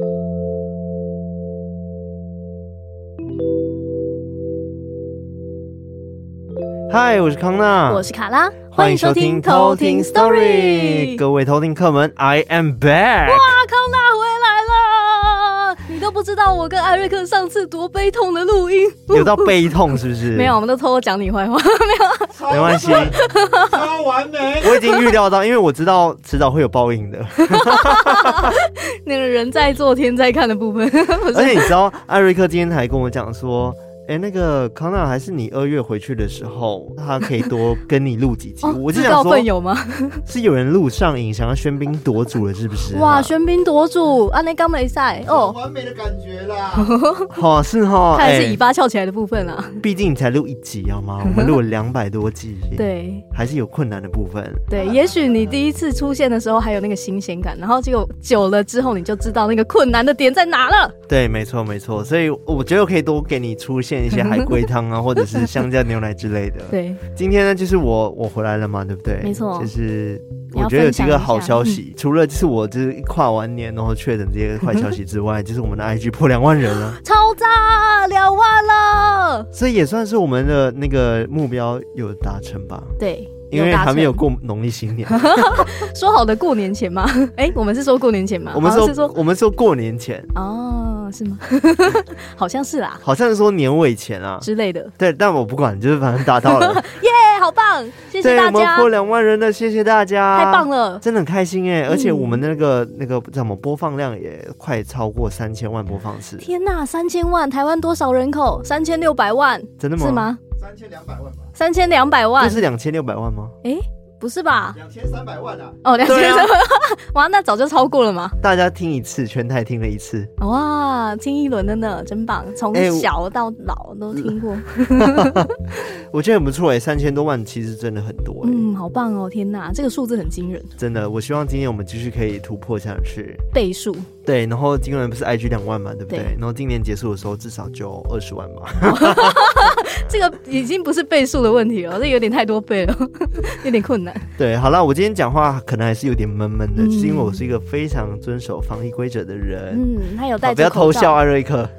嗨，我是康纳， 我是卡拉， 欢迎收听偷听 Story。各位偷听客们 ，I am back。 哇，康纳回来了！你都不知道我跟艾瑞克上次多悲痛的录音， 有到悲痛是不是？ 没有，我们都偷偷讲你坏话，没有， 没关系， 超完美。 我已经预料到，因为我知道迟早会有报应的。 那个人在做天在看的部分， 而且你知道，艾瑞克今天还跟我讲说。那个康纳还是你2月回去的时候，他可以多跟你录几集。我就想说， 自告有吗？ 是有人录上瘾，想要喧宾夺主了，是不是？ 哇，喧宾夺主，安内刚没赛哦，完美的感觉啦。 哦，是哈， 看来是尾巴翘起来的部分啦。 毕竟你才录1集好吗？我们录了200多集， 对， 还是有困难的部分。 对，也许你第一次出现的时候还有那个新鲜感，然后结果久了之后，你就知道那个困难的点在哪了。 对，没错没错，所以我觉得我可以多给你出现一些海龟汤啊，或者是香蕉牛奶之类的。 对， 今天呢，就是我回来了嘛，对不对？ 没错， 就是我觉得有几个好消息，除了就是我就是跨完年然后确诊这些坏消息之外，就是我们的 IG 破2万人了， 超赞，2万了， 所以也算是我们的那个目标有达成吧。 对。 因为还没有过农历新年， 说好的过年前吗？我们是说过年前吗？ 我们说过年前哦，是吗？好像是啦， 好像是说年尾前啊之类的。 对，但我不管，就是反正达到了， 耶，好棒！谢谢大家， 对，我们破2万人了，谢谢大家， 太棒了， 真的很开心哎！而且我们那个怎么播放量也快超过3000万播放次。 天哪，3000万！台湾多少人口？3600万， 真的吗？ 是吗 ？3200万吧。 3200万， 不是2600万吗？ 不是吧 ？2300万啊！ 哦，2300万，哇，那早就超过了嘛！ 大家听一次，全台听了1次， 哇，听一轮的呢，真棒，从小到老都听过。 我觉得很不错3000多万其实真的很多好棒哦！天哪，这个数字很惊人， 真的。我希望今天我们继续可以突破下去， 倍数。 对，然后今年不是 IG 2万嘛，对不对？然后今年结束的时候至少就20万吧。 这个已经不是倍数的问题了，这有点太多倍了，有点困难。 对，好了，我今天讲话可能还是有点闷闷的，就是因为我是一个非常遵守防疫规则的人。 他有戴着口罩， 不要偷笑，艾瑞克。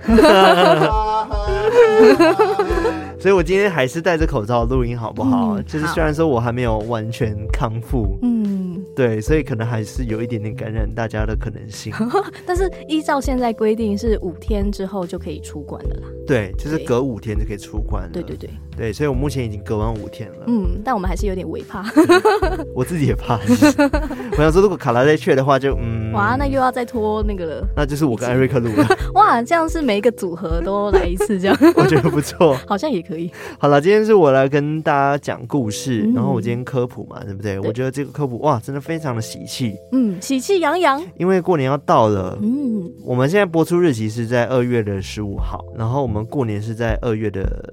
所以我今天还是戴着口罩录音，好不好？就是虽然说我还没有完全康复，对，所以可能还是有一点点感染大家的可能性。 但是依照现在规定是5天之后就可以出关了啦。 对，就是隔5天就可以出关了。对，所以我目前已经隔完5天了。 但我们还是有点微怕。 我自己也怕。我想说，如果卡拉再去的话，就哇，那又要再拖那个了。 那就是我跟艾瑞克录了。 哇，这样是每一个组合都来一次，这样我觉得不错， 好像也可以。 好了，今天是我来跟大家讲故事，然后我今天科普嘛，对不对？我觉得这个科普哇，真的非常的喜气， 喜气洋洋， 因为过年要到了。我们现在播出日期是在2月15号，然后我们过年是在2月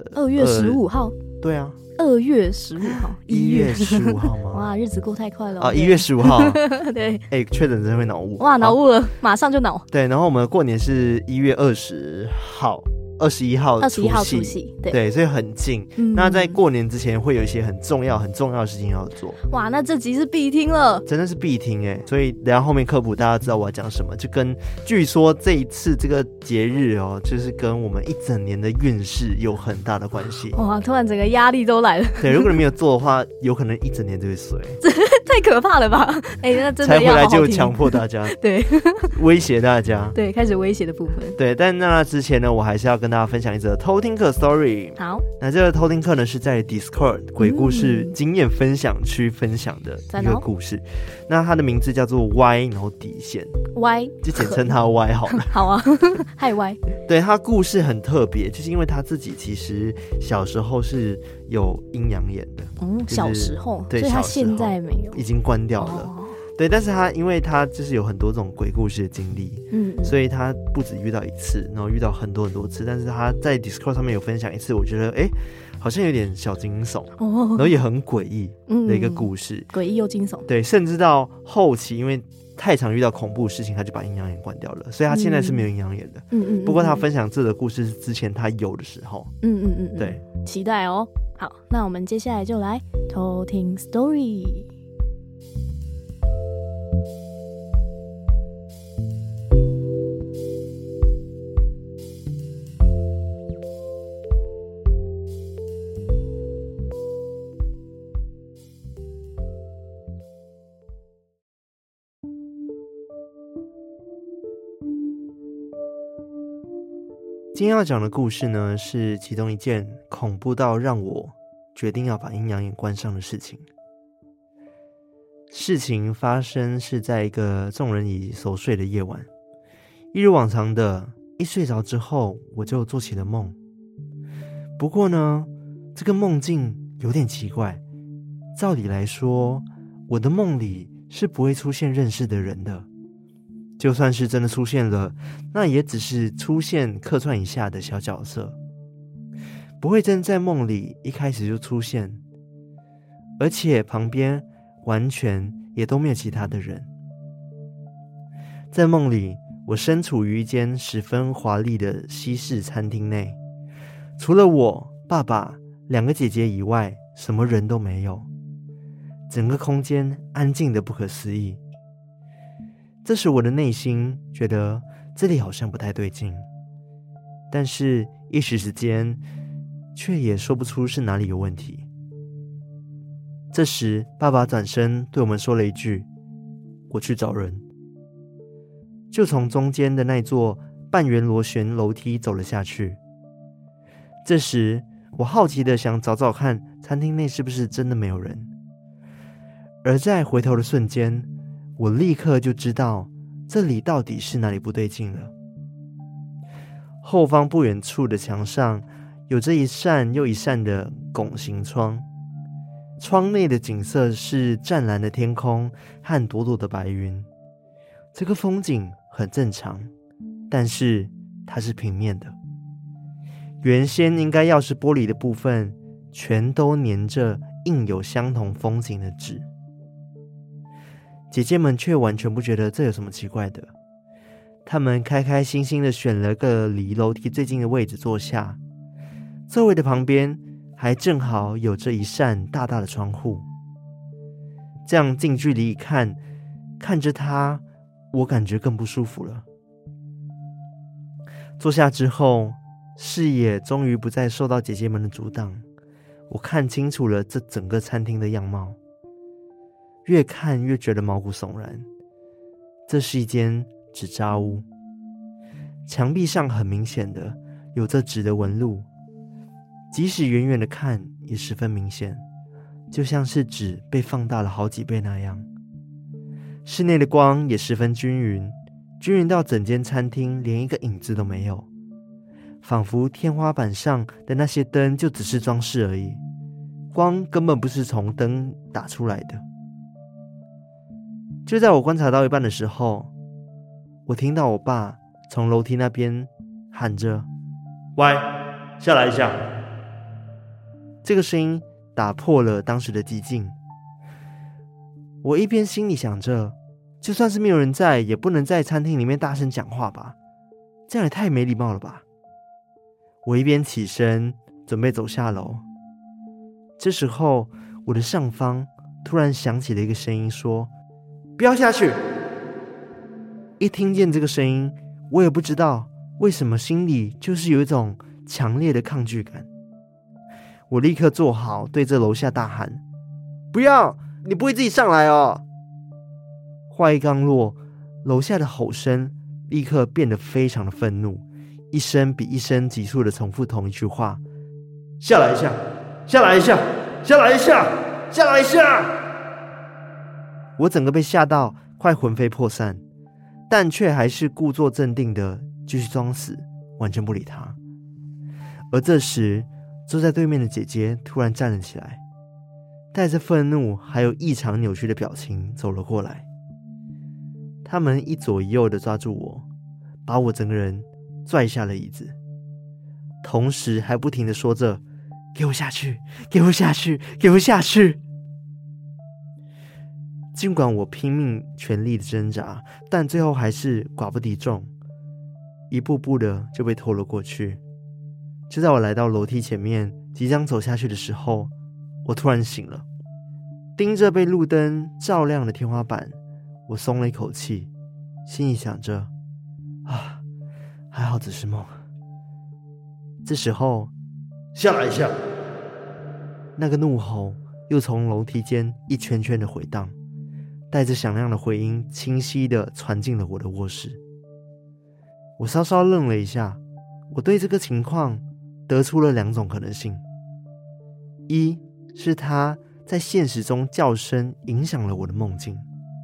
15号。对啊。 2月15号 ，1月15号吗？ 哇，日子过太快了。 1月15号。 对， 确诊真的会脑雾。 哇，脑雾了，马上就脑。 对，然后我们过年是1月20号。21号除夕，对，所以很近。那在过年之前会有一些很重要的事情要做。 哇，那这集是必听了， 真的是必听所以等一下后面科普，大家知道我要讲什么，就跟据说这一次这个节日就是跟我们一整年的运势有很大的关系。 哇，突然整个压力都来了。 对，如果你没有做的话，有可能一整年都会衰。 太可怕了吧？那真的要好好听。 才回来就强迫大家， 对， 威胁大家， 对，开始威胁的部分。 对，但那之前呢，我还是要跟大家分享一则偷听客 story。 好， 那这个偷听客呢是在 Discord 鬼故事经验分享区分享的一个故事。那它的名字叫做 Y， 然后底线 Y， 就简称它 Y 好了。 好啊，嗨 Y。 对，他故事很特别，就是因为他自己其实小时候是有阴阳眼的。 小时候， 对， 所以他现在没有， 已经关掉了。对，但是他因为他就是有很多这种鬼故事的经历，所以他不止遇到1次，然后遇到很多次。但是他在 Discord 上面有分享1次，我觉得好像有点小惊悚，然后也很诡异的一个故事， 诡异又惊悚。 对，甚至到后期，因为太常遇到恐怖事情，他就把阴阳眼关掉了，所以他现在是没有阴阳眼的。不过他分享这个故事是之前他有的时候。对， 期待哦。好，那我们接下来就来偷听 story。 今天要讲的故事呢，是其中一件恐怖到让我决定要把阴阳眼关上的事情。事情发生是在一个众人已熟睡的夜晚，一如往常的，一睡着之后我就做起了梦。不过呢，这个梦境有点奇怪。照理来说，我的梦里是不会出现认识的人的，就算是真的出现了，那也只是出现客串一下的小角色，不会真在梦里一开始就出现，而且旁边完全也都没有其他的人。在梦里，我身处于一间十分华丽的西式餐厅内，除了我、爸爸、2个姐姐以外，什么人都没有。整个空间安静的不可思议。这时我的内心觉得这里好像不太对劲，但是一时之间却也说不出是哪里有问题。这时爸爸转身对我们说了一句：我去找人。就从中间的那座半圆螺旋楼梯走了下去。这时我好奇的想找找看餐厅内是不是真的没有人，而在回头的瞬间，我立刻就知道这里到底是哪里不对劲了。后方不远处的墙上有着一扇又一扇的拱形窗，窗内的景色是湛蓝的天空和朵朵的白云。这个风景很正常，但是它是平面的，原先应该要是玻璃的部分全都粘着印有相同风景的纸。姐姐们却完全不觉得这有什么奇怪的，她们开开心心的选了个离楼梯最近的位置坐下，座位的旁边还正好有着一扇大大的窗户。这样近距离一看，看着她，我感觉更不舒服了。坐下之后，视野终于不再受到姐姐们的阻挡，我看清楚了这整个餐厅的样貌。越看越觉得毛骨悚然。这是一间纸扎屋，墙壁上很明显的有着纸的纹路，即使远远的看也十分明显，就像是纸被放大了好几倍那样。室内的光也十分均匀到整间餐厅连一个影子都没有，仿佛天花板上的那些灯就只是装饰而已，光根本不是从灯打出来的。就在我观察到一半的时候，我听到我爸从楼梯那边喊着：喂，下来一下。这个声音打破了当时的寂静。我一边心里想着，就算是没有人在，也不能在餐厅里面大声讲话吧，这样也太没礼貌了吧。我一边起身准备走下楼，这时候我的上方突然响起了一个声音说：不要下去。一听见这个声音，我也不知道为什么心里就是有一种强烈的抗拒感。我立刻坐好，对着楼下大喊：不要，你不会自己上来哦。话一刚落，楼下的吼声立刻变得非常的愤怒，一声比一声急促的重复同一句话：下来一下，下来一下，下来一下，下来一下。我整个被吓到快魂飞魄散，但却还是故作镇定的继续装死，完全不理他。而这时坐在对面的姐姐突然站了起来，带着愤怒还有异常扭曲的表情走了过来。他们一左一右的抓住我，把我整个人拽下了椅子，同时还不停的说着：给我下去，给我下去，给我下去。尽管我拼命全力的挣扎，但最后还是寡不敌众，一步步的就被拖了过去。就在我来到楼梯前面即将走下去的时候，我突然醒了，盯着被路灯照亮的天花板，我松了一口气，心里想着：啊，还好只是梦。这时候，下来一下，那个怒吼又从楼梯间一圈圈的回荡，带着响亮的回音清晰地传进了我的卧室。我稍稍愣了一下， 我对这个情况得出了2种可能性：一是他在现实中叫声影响了我的梦境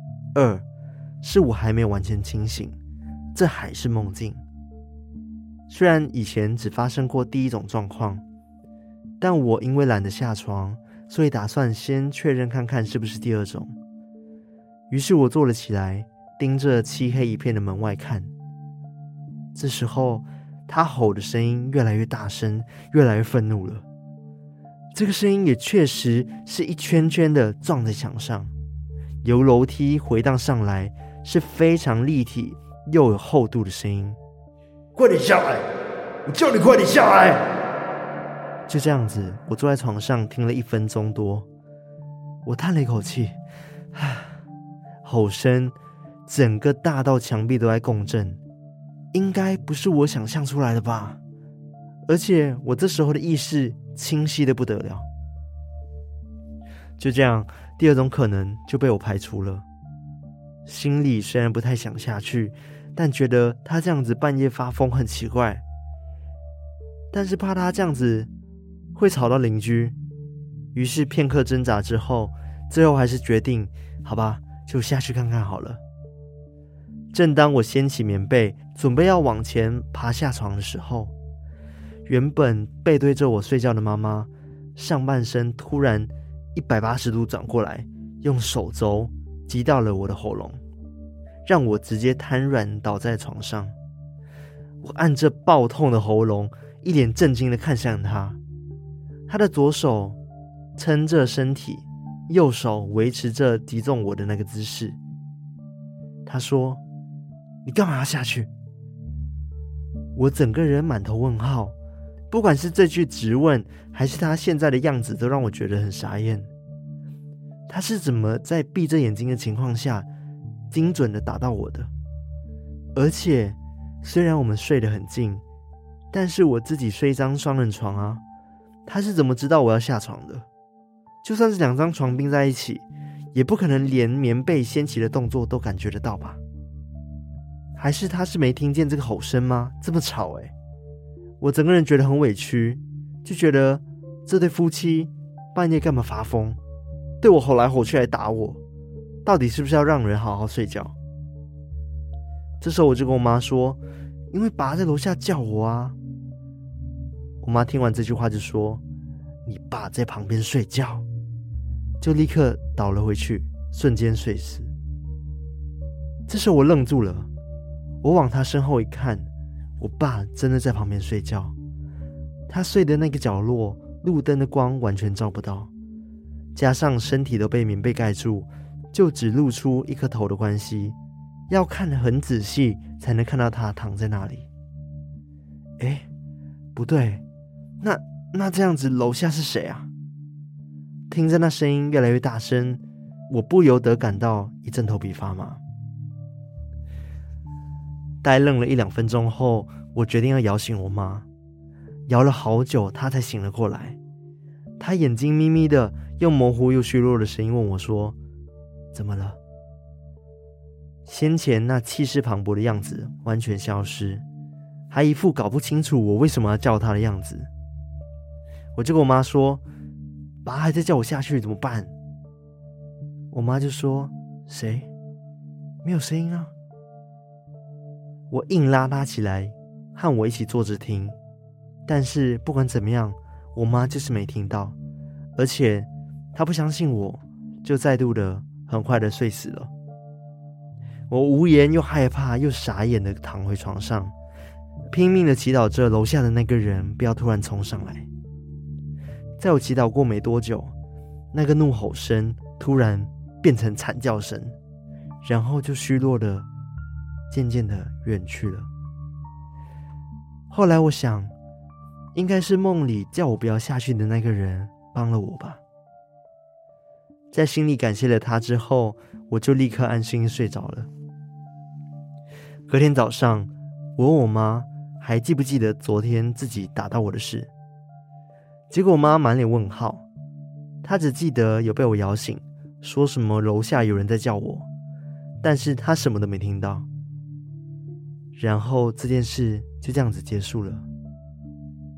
；2是我还没有完全清醒，这还是梦境。虽然以前只发生过第一种状况，但我因为懒得下床，所以打算先确认看看是不是第2种。于是我坐了起来，盯着漆黑一片的门外看。这时候他吼的声音越来越大声，越来越愤怒了。这个声音也确实是一圈圈的撞在墙上，由楼梯回荡上来，是非常立体又有厚度的声音。 快点下来，我叫你快点下来。 就这样子，我坐在床上听了1分钟多，我叹了一口气，吼声整个大到墙壁都在共振，应该不是我想象出来的吧？而且我这时候的意识清晰的不得了。就这样，第2种可能就被我排除了。心里虽然不太想下去，但觉得他这样子半夜发疯很奇怪，但是怕他这样子会吵到邻居，于是片刻挣扎之后，最后还是决定，好吧，就下去看看好了。正当我掀起棉被，准备要往前爬下床的时候，原本背对着我睡觉的妈妈，上半身突然180度转过来，用手肘击到了我的喉咙，让我直接瘫软倒在床上。我按着爆痛的喉咙，一脸震惊地看向他。他的左手撑着身体，右手维持着击中我的那个姿势。他说：“你干嘛要下去？”我整个人满头问号，不管是这句质问，还是他现在的样子，都让我觉得很傻眼。他是怎么在闭着眼睛的情况下精准的打到我的？而且虽然我们睡得很近，但是我自己睡一张双人床啊，他是怎么知道我要下床的？就算是2张床并在一起，也不可能连棉被掀起的动作都感觉得到吧？还是他是没听见这个吼声吗？这么吵我整个人觉得很委屈，就觉得这对夫妻半夜干嘛发疯，对我吼来吼去来打我，到底是不是要让人好好睡觉？这时候我就跟我妈说，因为爸在楼下叫我啊。我妈听完这句话就说，你爸在旁边睡觉，就立刻倒了回去，瞬间睡死。这时候我愣住了，我往他身后一看，我爸真的在旁边睡觉。他睡的那个角落，路灯的光完全照不到，加上身体都被棉被盖住，就只露出一颗头的关系，要看得很仔细才能看到他躺在那里。不对，那这样子楼下是谁啊？听着那声音越来越大声，我不由得感到一阵头皮发麻。呆愣了1-2分钟后，我决定要摇醒我妈。摇了好久，她才醒了过来。她眼睛眯眯的，用模糊又虚弱的声音问我说：“怎么了？”先前那气势磅礴的样子完全消失，还一副搞不清楚我为什么要叫她的样子。我就跟我妈说：“爸还在叫我下去，怎么办？”我妈就说：“谁？没有声音啊。”我硬拉她起来，和我一起坐着听，但是不管怎么样，我妈就是没听到，而且她不相信我，就再度的很快的睡死了。我无言又害怕又傻眼的躺回床上，拼命的祈祷着楼下的那个人不要突然冲上来。在我祈祷过没多久，那个怒吼声突然变成惨叫声，然后就虚弱的渐渐的远去了。后来我想，应该是梦里叫我不要下去的那个人帮了我吧。在心里感谢了他之后，我就立刻安心睡着了。隔天早上，我问我妈还记不记得昨天自己打到我的事，结果我妈满脸问号，她只记得有被我摇醒，说什么楼下有人在叫我，但是她什么都没听到。然后这件事就这样子结束了。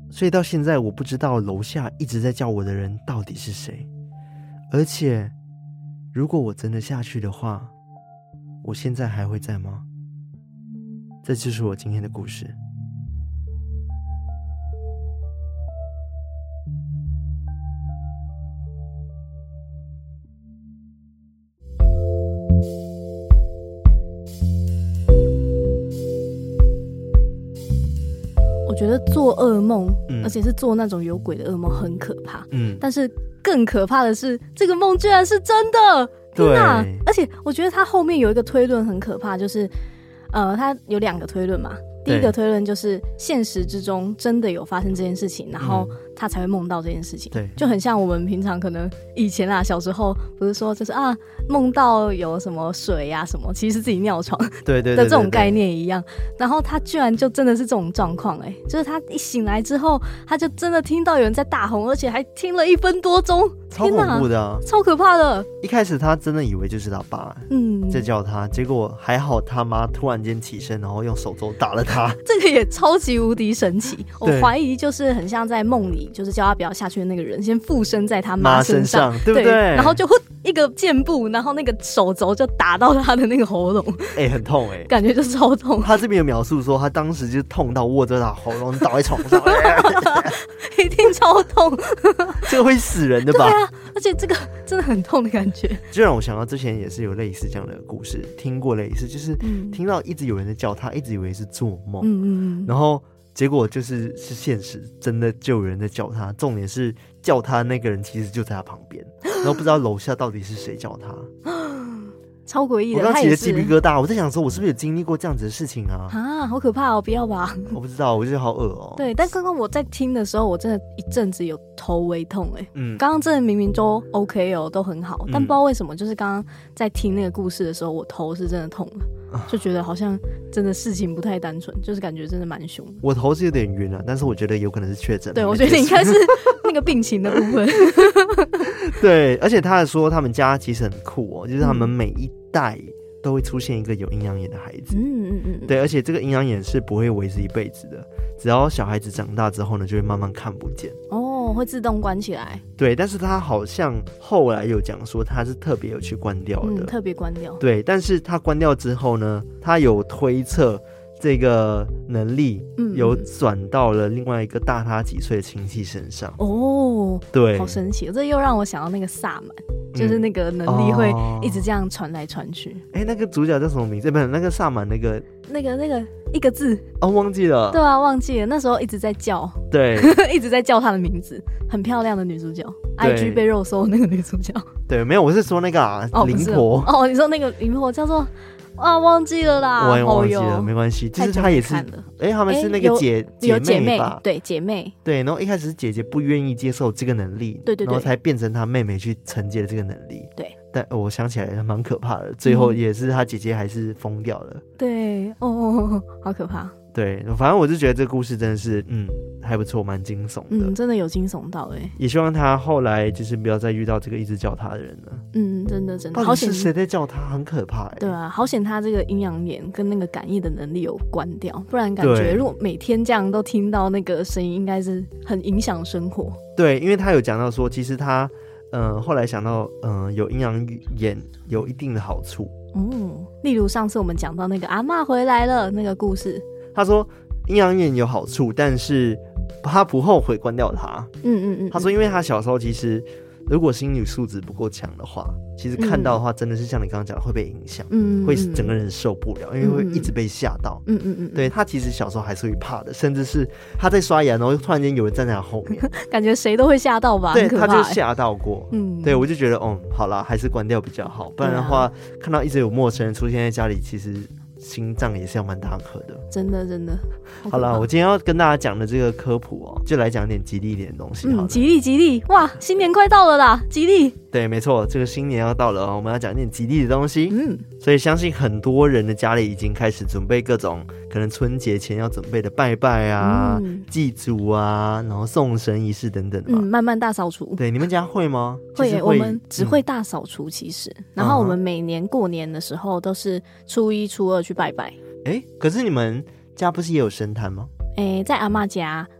所以到现在我不知道楼下一直在叫我的人到底是谁，而且如果我真的下去的话，我现在还会在吗？这就是我今天的故事。 我觉得做噩梦，而且是做那种有鬼的噩梦很可怕。但是更可怕的是，这个梦居然是真的！天哪！而且我觉得他后面有一个推论很可怕，就是他有2个推论嘛。第一个推论就是现实之中真的有发生这件事情，然后他才会梦到这件事情。对，就很像我们平常可能以前啊，小时候不是说就是梦到有什么水啊什么，其实是自己尿床的这种概念一样。然后他居然就真的是这种状况，就是他一醒来之后，他就真的听到有人在大吼，而且还听了1分多钟， 超恐怖的啊， 超可怕的。 一开始他真的以为就是他爸在叫他，结果还好他妈突然间起身，然后用手肘打了他。 这个也超级无敌神奇，我怀疑就是很像在梦里就是叫他不要下去的那个人先附身在他妈身上， 对不对？ 然后就一个箭步，然后那个手肘就打到他的那个喉咙， 很痛感觉就是超痛。 他这边有描述说他当时就痛到握着他喉咙倒在床上一定超痛这个会死人的吧？ 对啊，而且这个真的很痛的感觉， 就让我想到之前也是有类似这样的故事，听过类似，就是听到一直有人在叫他，一直以为是做梦，然后结果是现实，真的就有人在叫他，重点是叫他那个人其实就在他旁边，然后不知道楼下到底是谁叫他超诡异的。 我刚起了鸡皮疙瘩，我在想说我是不是有经历过这样子的事情啊？ 好可怕哦，不要吧。 我不知道，我觉得好恶哦。 对，但刚刚我在听的时候，我真的一阵子有头微痛刚刚真的明明都 OK 哦，都很好，但不知道为什么，就是刚刚在听那个故事的时候，我头是真的痛了，就觉得好像真的事情不太单纯，就是感觉真的蛮凶。 我头是有点晕了，但是我觉得有可能是确诊。 对，我觉得应该是那个病情的部分。 对，而且他还说他们家其实很酷就是他们每一代都会出现一个有阴阳眼的孩子。对，而且这个阴阳眼是不会维持一辈子的，只要小孩子长大之后呢，就会慢慢看不见。 会自动关起来。 对，但是他好像后来有讲说他是特别有去关掉的， 特别关掉。对， 但是他关掉之后呢，他有推测这个能力有转到了另外一个大他几岁的亲戚身上。对， 好神奇，这又让我想到那个萨满，就是那个能力会一直这样传来传去。 那个主角叫什么名字？不是那个萨满，那个一个字忘记了。 对啊，忘记了，那时候一直在叫， 对一直在叫她的名字，很漂亮的女主角 ，IG 被肉搜的那个女主角。对， 没有，我是说那个灵婆。 你说那个灵婆叫做忘记了啦， 我也忘记了，没关系。就是她也是，他们是那个姐妹吧？ 对，姐妹。 对，然后一开始是姐姐不愿意接受这个能力，对，然后才变成她妹妹去承接了这个能力。对，但我想起来蛮可怕的，最后也是她姐姐还是疯掉了。 对，好可怕。 对，反正我就觉得这个故事真的是还不错，蛮惊悚的。 真的有惊悚到也希望他后来就是不要再遇到这个一直叫他的人了。 真的好险是谁在叫他，很可怕。 对啊，好险他这个阴阳眼跟那个感应的能力有关掉，不然感觉如果每天这样都听到那个声音，应该是很影响生活。 对，因为他有讲到说，其实他后来想到有阴阳眼有一定的好处。 例如上次我们讲到那个阿嬷回来了那个故事， 他说阴阳眼有好处，但是他不后悔关掉它。他说因为他小时候其实如果心理素质不够强的话，其实看到的话真的是像你刚刚讲的会被影响，会整个人受不了，因为会一直被吓到。对，他其实小时候还是会怕的，甚至是他在刷牙，然后突然间有人站在他后面， 感觉谁都会吓到吧？ 对，他就吓到过。对，我就觉得好啦，还是关掉比较好，不然的话看到一直有陌生人出现在家里，其实心脏也是要蛮大颗的， 真的。 好啦，我今天要跟大家讲的这个科普就来讲点吉利一点的东西。 吉利，哇，新年快到了啦，吉利。对， 没错，这个新年要到了，我们要讲点吉利的东西。所以相信很多人的家里已经开始准备各种可能春节前要准备的拜拜啊、祭祖啊，然后送神仪式等等的。 慢慢大扫除。对， 你们家会吗？ 会，我们只会大扫除其实，然后我们每年过年的时候都是初一、初二去拜拜。 可是你们家不是也有神坛吗？ 在阿嬷家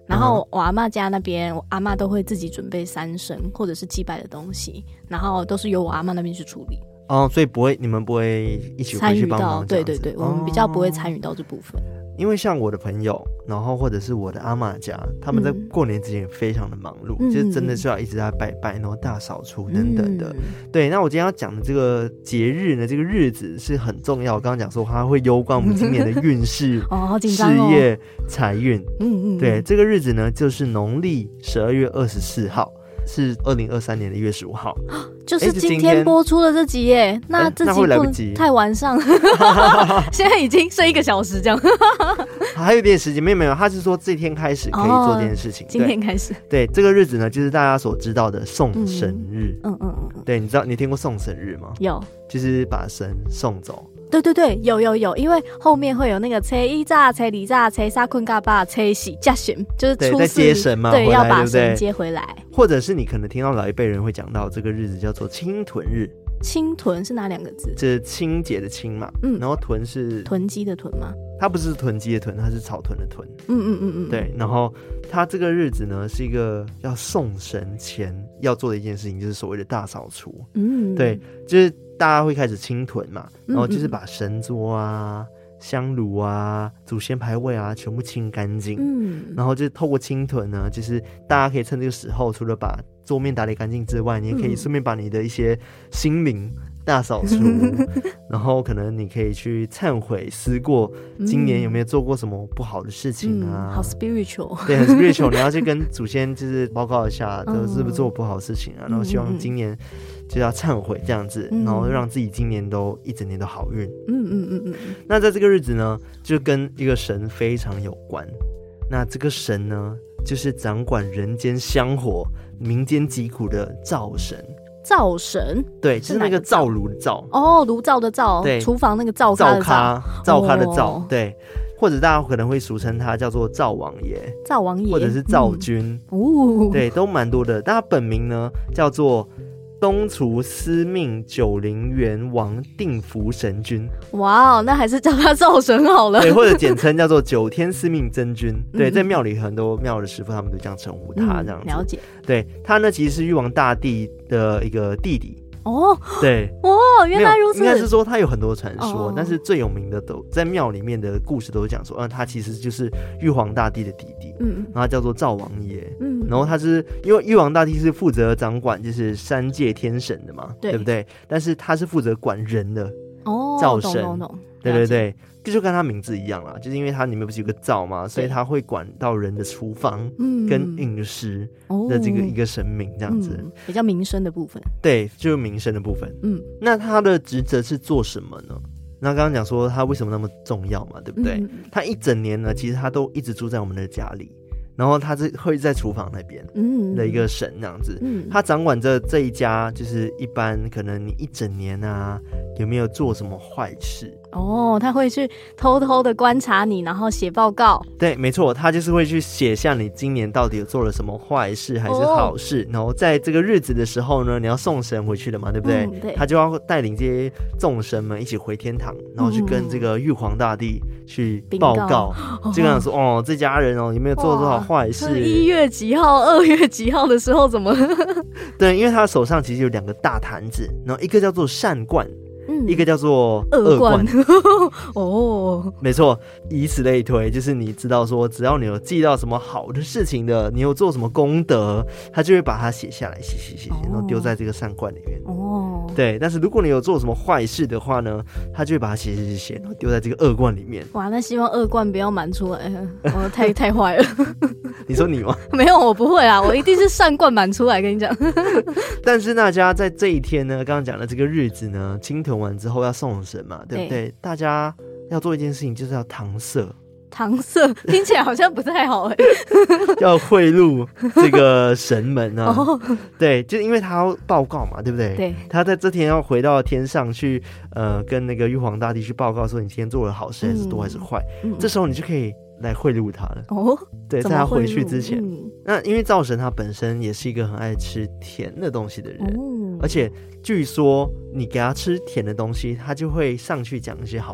然后我阿嬷家那边，我阿嬷都会自己准备三牲或者是祭拜的东西，然后都是由我阿嬷那边去处理。 所以你们不会一起回去帮忙？ 对对对，我们比较不会参与到这部分。 因为像我的朋友，然后或者是我的阿嬷家，他们在过年之前也非常的忙碌，就是真的是要一直在拜拜，然后大扫除等等的。对，那我今天要讲的这个节日呢，这个日子是很重要。我刚刚讲说它会攸关我们今年的运势、事业、财运。对，这个日子呢就是农历12月24号。是2023年的1月15号， 就是今天播出的这集耶。那这集会来不及， 太晚上，现在已经剩1个小时这样， 还有点时间。没有，他是说这天开始可以做这件事情。 今天开始， 对这个日子呢，就是大家所知道的送神日。对，你听过送神日吗？ 有， 就是把神送走。 对对对，有，因为后面会有那个初一早、初二早、初三困嘎巴、初四接神，就是初四接神嘛， 对，要把神接回来。 或者是你可能听到老一辈人会讲到这个日子叫做清屯日。 清屯是哪2个字？ 这是清洁的清嘛，然后屯是囤积的囤吗？ 它不是囤积的囤，它是草屯的屯。对，然后它这个日子呢是一个要送神前要做的一件事情，就是所谓的大扫除。对，就是大家会开始清屯嘛，然后就是把神桌啊、香炉啊、祖先牌位啊全部清干净。然后就透过清屯呢，就是大家可以趁这个时候，除了把桌面打理干净之外，你也可以顺便把你的一些心灵大扫除，然后可能你可以去忏悔思过今年有没有做过什么不好的事情啊。 好 spiritual。 对，很 spiritual。 你要去跟祖先就是报告一下都是不是做不好的事情啊，然后希望今年就要忏悔这样子，然后让自己今年都一整年都好运。那在这个日子呢，就跟一个神非常有关。那这个神呢，就是掌管人间香火、民间疾苦的灶神。 灶神， 对，就是那个灶炉的灶。 炉灶的灶， 对， 厨房那个灶咖的灶， 灶咖的灶，对。或者大家可能会俗称他叫做灶王爷， 灶王爷， 或者是灶君。对，都蛮多的。但他本名呢叫做东厨司命九灵元王定福神君。 哇，那还是叫他灶神好了。 对，或者简称叫做九天司命真君。对，在庙里很多庙的师傅他们都这样称呼他，这样子。 了解。 对，他呢其实是玉皇大帝的一个弟弟。对， 原来如此。 应该是说他有很多传说，但是最有名的都在庙里面的故事都是讲说，他其实就是玉皇大帝的弟弟，然后他叫做灶王爷，然后他是因为玉皇大帝是负责掌管就是三界天神的嘛，对不对？但是他是负责管人的灶神，对对对。就跟他名字一样啦，就是因为他里面不是有个灶嘛，所以他会管到人的厨房跟饮食的这个一个神明这样子， 比较民生的部分。 对，就是民生的部分。那他的职责是做什么呢？那刚刚讲说他为什么那么重要嘛，对不对？他一整年呢，其实他都一直住在我们的家里，然后他是会在厨房那边的一个神这样子。他掌管着这一家，就是一般可能你一整年啊有没有做什么坏事。 他会去偷偷的观察你，然后写报告。 对，没错，他就是会去写下你今年到底有做了什么坏事还是好事，然后在这个日子的时候呢，你要送神回去的嘛，对不对？对，他就要带领这些众神们一起回天堂，然后去跟这个玉皇大帝去报告，就跟他说这家人有没有做多少坏事 ？1月几号、2月几号的时候怎么？ 对，因为他手上其实有2个大坛子，然后一个叫做善罐。一个叫做恶罐。没错，以此类推，就是你知道说只要你有记到什么好的事情的，你有做什么功德，他就会把它写下来，写，然后丢在这个善罐里面。对，但是如果你有做什么坏事的话呢，他就会把它写，然后丢在这个恶罐里面。 哇，那希望恶罐不要满出来，太坏了。 你说你吗？ 没有，我不会啊，我一定是善罐满出来，跟你讲。 但是大家在这一天呢，刚刚讲的这个日子呢，清屯完之后要送神嘛，对不对？大家要做一件事情，就是要搪塞。 搪塞听起来好像不太好要贿赂这个神们啊。对，就因为他要报告嘛，对不对？对，他在这天要回到天上去，跟那个玉皇大帝去报告说你今天做了好事还是多还是坏。这时候你就可以来贿赂他了。对，在他回去之前，那因为灶神他本身也是一个很爱吃甜的东西的人，而且据说你给他吃甜的东西，他就会上去讲一些好话。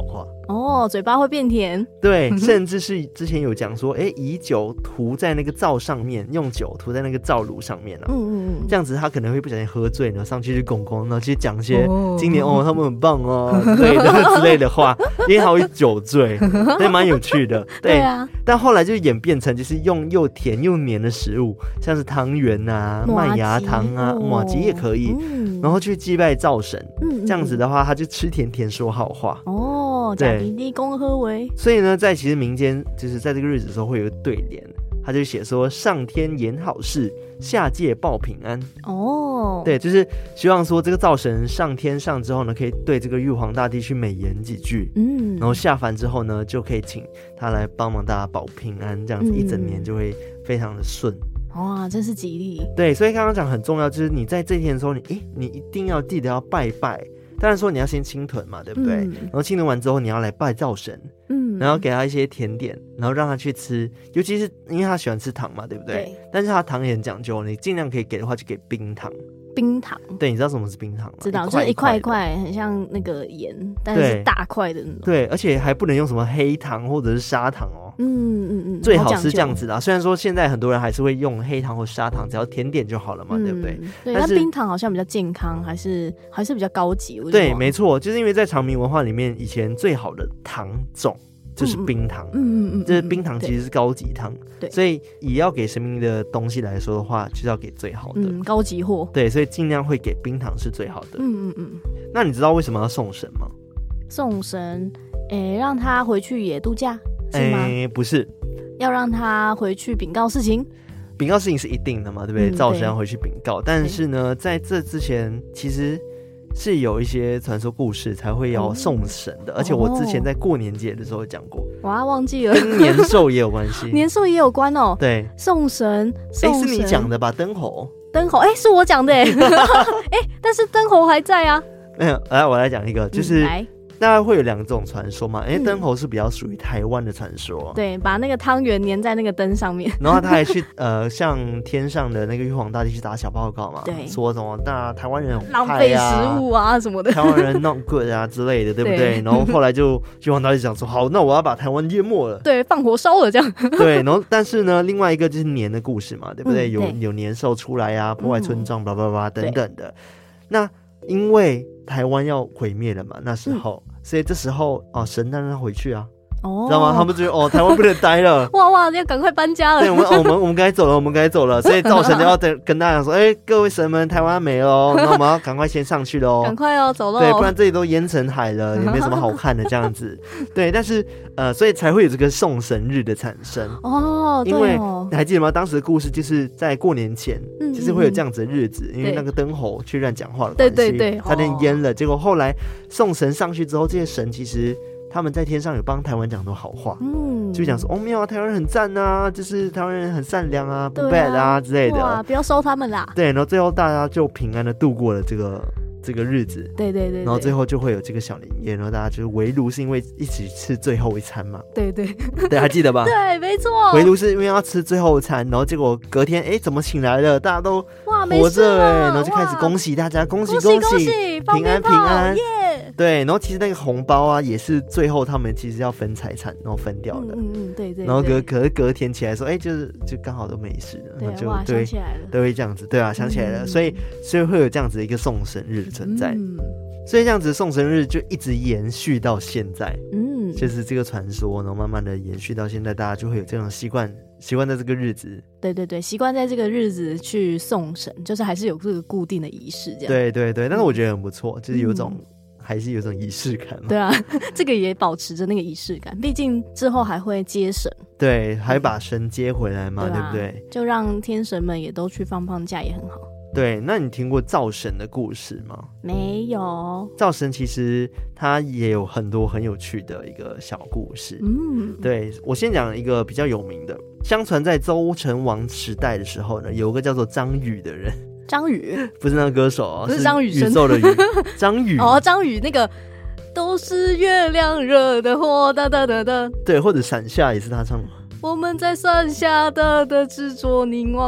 嘴巴会变甜。 对，甚至是之前有讲说，以酒涂在那个灶上面，用酒涂在那个灶炉上面这样子他可能会不小心喝醉，然后上去就拱拱，然后去讲一些今年他们很棒之类的话，因为他会酒醉，对，蛮有趣的。对啊，但后来就演变成就是用又甜又黏的食物，像是汤圆啊、麦芽糖啊、麻糬也可以，然后去祭拜灶神。这样子的话，他就吃甜甜说好话。 假弟弟恭贺为。 所以呢，在其实民间就是在这个日子的时候会有一个对联，他就写说上天言好事，下界报平安。对，就是希望说这个灶神上天上之后呢，可以对这个玉皇大帝去美言几句，然后下凡之后呢，就可以请他来帮忙大家保平安，这样子一整年就会非常的顺。 哇，真是吉利。 对，所以刚刚讲很重要，就是你在这天的时候，你一定要记得要拜拜。当然说你要先清屯嘛，对不对？然后清屯完之后，你要来拜灶神，然后给他一些甜点，然后让他去吃，尤其是因为他喜欢吃糖嘛，对不对？对。但是他糖也很讲究，你尽量可以给的话，就给冰糖。 冰糖， 对，你知道什么是冰糖吗？ 知道，就是一块一块，很像那个盐，但是大块的那种。 对，而且还不能用什么黑糖或者是砂糖最好是这样子啦。虽然说现在很多人还是会用黑糖或砂糖，只要甜点就好了嘛，对不对？ 对，但冰糖好像比较健康，还是比较高级。 对，没错，就是因为在长明文化里面，以前最好的糖种就是冰糖，就是冰糖其实是高级糖，所以也要给神明的东西来说的话，就是要给最好的， 高级货。 对，所以尽量会给冰糖是最好的。那你知道为什么要送神吗？ 送神，让他回去也度假是吗？ 不是， 要让他回去禀告事情。 禀告事情是一定的嘛，对不对？灶神要回去禀告，但是呢，在这之前其实是有一些传说故事才会要送神的，而且我之前在过年节的时候讲过。 哇，忘记了， 跟年兽也有关系。 年兽也有关哦。 对， 送神，是你讲的吧？灯猴， 是我讲的但是灯猴还在啊。 没有，来我来讲一个，就是大概会有2种传说嘛，灯猴是比较属于台湾的传说， 对，把那个汤圆粘在那个灯上面， 然后他还去向天上的那个玉皇大帝去打小报告嘛， 对， 说什么台湾人浪费食物啊什么的， 台湾人 not good 啊之类的，对不对？然后后来就玉皇大帝讲说，好，那我要把台湾淹没了， 对，放火烧了这样， 对，然后但是呢，另外一个就是年的故事嘛，对不对？有年兽出来啊，破坏村庄，叭叭叭等等的。那因为台湾要毁灭了嘛，那时候，所以这时候神让他回去啊，知道吗？他们觉得台湾不能待了， 哇，要赶快搬家了。 对，我们该走了，我们该走了。所以灶神就要跟大家说，各位神们，台湾没了，那我们要赶快先上去喽， 赶快走喽， 对，不然这里都淹成海了，也没什么好看的这样子。对，但是所以才会有这个送神日的产生因为你还记得吗？当时的故事就是在过年前，就是会有这样子的日子，因为那个灯猴去乱讲话的关系，对，差点淹了。结果后来送神上去之后，这些神其实他们在天上有帮台湾讲很多好话，就讲说没有啊，台湾人很赞啊，就是台湾人很善良啊，不 bad 啊之类的， 哇，不要收他们啦。 对，然后最后大家就平安的度过了这个日子， 对，然后最后就会有这个小年夜，然后大家就是围炉是因为一起吃最后一餐嘛，对，还记得吧？ 对，没错， 围炉是因为要吃最后一餐，然后结果隔天怎么醒来了，大家都活着然后就开始恭喜大家，恭喜平安对，然后其实那个红包啊也是最后他们其实要分财产，然后分掉的， 对， 然后隔天起来说就刚好都没事了， 对，哇，想起来了， 都会这样子，对啊，想起来了，所以会有这样子的一个送神日存在，所以这样子送神日就一直延续到现在，就是这个传说，然后慢慢的延续到现在，大家就会有这种习惯在这个日子， 对，习惯在这个日子去送神，就是还是有这个固定的仪式这样， 对，但是我觉得很不错，就是有种还是有种仪式感嘛， 对啊，这个也保持着那个仪式感，毕竟之后还会接神， 对，还把神接回来嘛，对不对？ 就让天神们也都去放假也很好。 对，那你听过灶神的故事吗？ 没有。 灶神其实他也有很多很有趣的一个小故事。对，我先讲一个比较有名的。相传在周成王时代的时候呢，有一个叫做张宇的人。 张宇不是那个歌手不是张雨生， 宇宙的宇，张宇张宇那个都是月亮惹的祸，哒哒哒哒。 对，或者伞下也是他唱的。 我们在伞下的执着凝望。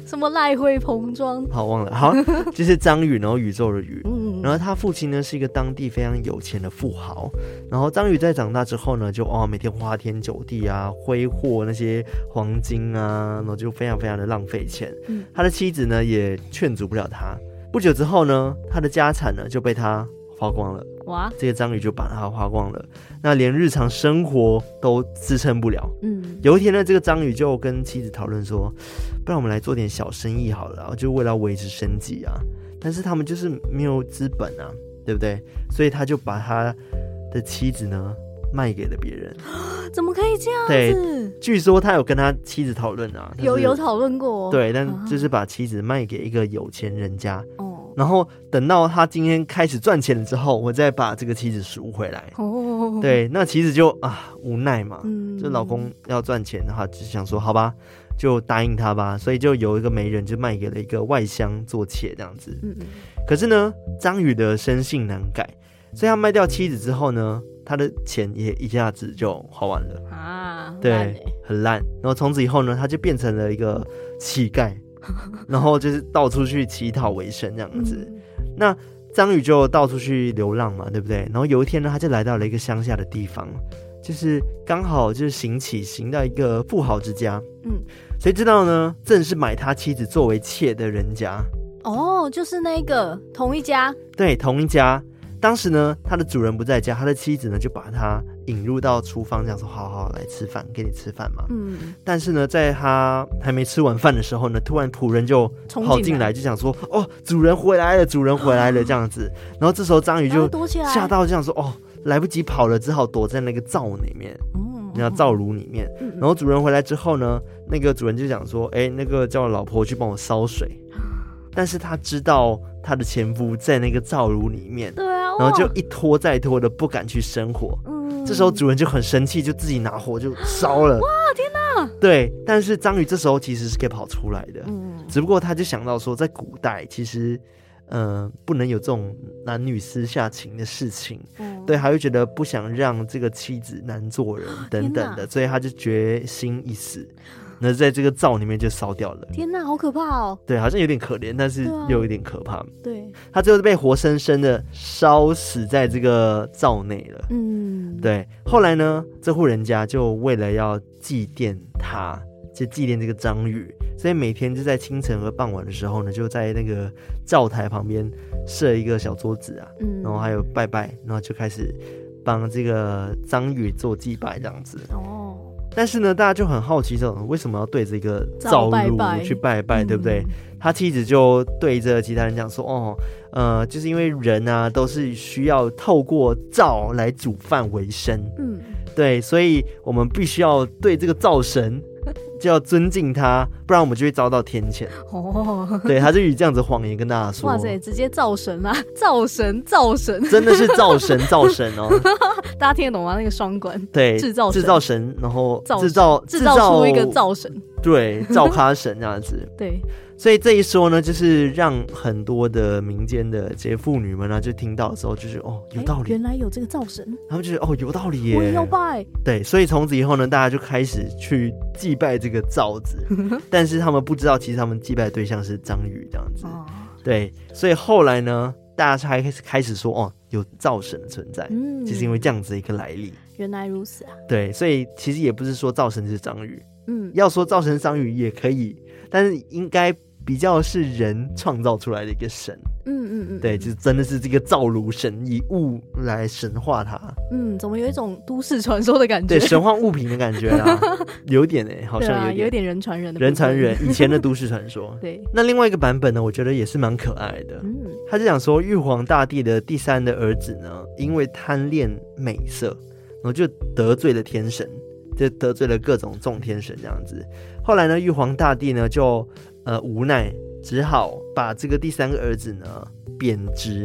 什么赖辉彭庄？ 好，忘了。好，就是张宇，然后宇宙的宇。然后他父亲呢是一个当地非常有钱的富豪。然后张宇在长大之后呢，就每天花天酒地啊，挥霍那些黄金啊，然后就非常非常的浪费钱。他的妻子呢也劝阻不了他。不久之后呢，他的家产呢就被他花光了。哇！这个张宇就把他花光了，那连日常生活都支撑不了。有一天呢，这个张宇就跟妻子讨论说，不然我们来做点小生意好了，就为了维持生计啊。但是他们就是没有资本啊，对不对？所以他就把他的妻子呢卖给了别人。 怎么可以这样子？ 对，据说他有跟他妻子讨论啊， 有讨论过。 对，但就是把妻子卖给一个有钱人家。然后等到他今天开始赚钱了之后，我再把这个妻子赎回来。对，那妻子就无奈嘛，这老公要赚钱的话，就想说好吧，就答应他吧。所以就有一个媒人就卖给了一个外乡做妾这样子。可是呢，张宇的生性难改，所以他卖掉妻子之后呢，他的钱也一下子就花完了啊，对，很烂。然后从此以后呢，他就变成了一个乞丐。然后就是到处去乞讨为生这样子。那张宇就到处去流浪嘛，对不对？然后有一天呢，他就来到了一个乡下的地方，就是刚好就是行到一个富豪之家。谁知道呢，正是买他妻子作为妾的人家。 就是那个同一家。对， 同一家。当时呢，他的主人不在家，他的妻子呢就把他引入到厨房，这样说：“好好来吃饭，给你吃饭嘛。”但是呢，在他还没吃完饭的时候呢，突然仆人就跑进来，就想说：“主人回来了，主人回来了。”这样子。然后这时候张宇就吓到，这样说：“来不及跑了，只好躲在那个灶里面，那灶炉里面。”然后主人回来之后呢，那个主人就讲说：“那个叫我老婆去帮我烧水。”但是他知道他的前夫在那个灶炉里面，对啊，然后就一拖再拖的不敢去生火。这时候主人就很生气，就自己拿火就烧了。 哇，天哪！ 对，但是张宇这时候其实是可以跑出来的，只不过他就想到说，在古代其实不能有这种男女私下情的事情，对，还会觉得不想让这个妻子难做人等等的，所以他就决心一死。那在这个灶里面就烧掉了。 天哪，好可怕哦！ 对，好像有点可怜，但是又有点可怕。对，他最后被活生生的烧死在这个灶内了。对。后来呢，这户人家就为了要祭奠他，就祭奠这个张宇，所以每天就在清晨和傍晚的时候呢，就在那个灶台旁边设一个小桌子啊，然后还有拜拜，然后就开始帮这个张宇做祭拜这样子。但是呢，大家就很好奇，为什么要对这个灶炉去拜拜，对不对？他妻子就对着其他人讲说：“就是因为人啊，都是需要透过灶来煮饭为生，对，所以我们必须要对这个灶神就要尊敬他，不然我们就会遭到天谴。”对，他就以这样子谎言跟大家说：“ 哇塞，直接灶神啊，灶神，真的是灶神哦！ 大家听得懂吗？那个双关， 对，制造神，然后制造出一个灶神， 对，灶咖神这样子， 对。” 所以这一说呢，就是让很多的民间的这些妇女们呢，就听到的时候，就是有道理， 原来有这个灶神， 他们觉得有道理耶， 我也要拜。 对，所以从此以后呢，大家就开始去祭拜这个灶子，但是他们不知道，其实他们祭拜的对象是张宇这样子。对，所以后来呢，大家才开始说有灶神的存在，就是因为这样子的一个来历。 原来如此啊！ 对，所以其实也不是说灶神是张宇，要说灶神张宇也可以，但是应该比较是人创造出来的一个神，对，就真的是这个灶炉神，以物来神化它， 怎么有一种都市传说的感觉？ 对，神话物品的感觉啦，有点好像有点人传人的， 人传人，以前的都市传说。 对， 那另外一个版本呢，我觉得也是蛮可爱的。他就讲说，玉皇大帝的第三的儿子呢，因为贪恋美色，然后就得罪了天神，就得罪了各种众天神这样子。后来呢，玉皇大帝呢就无奈，只好把这个第三个儿子呢贬职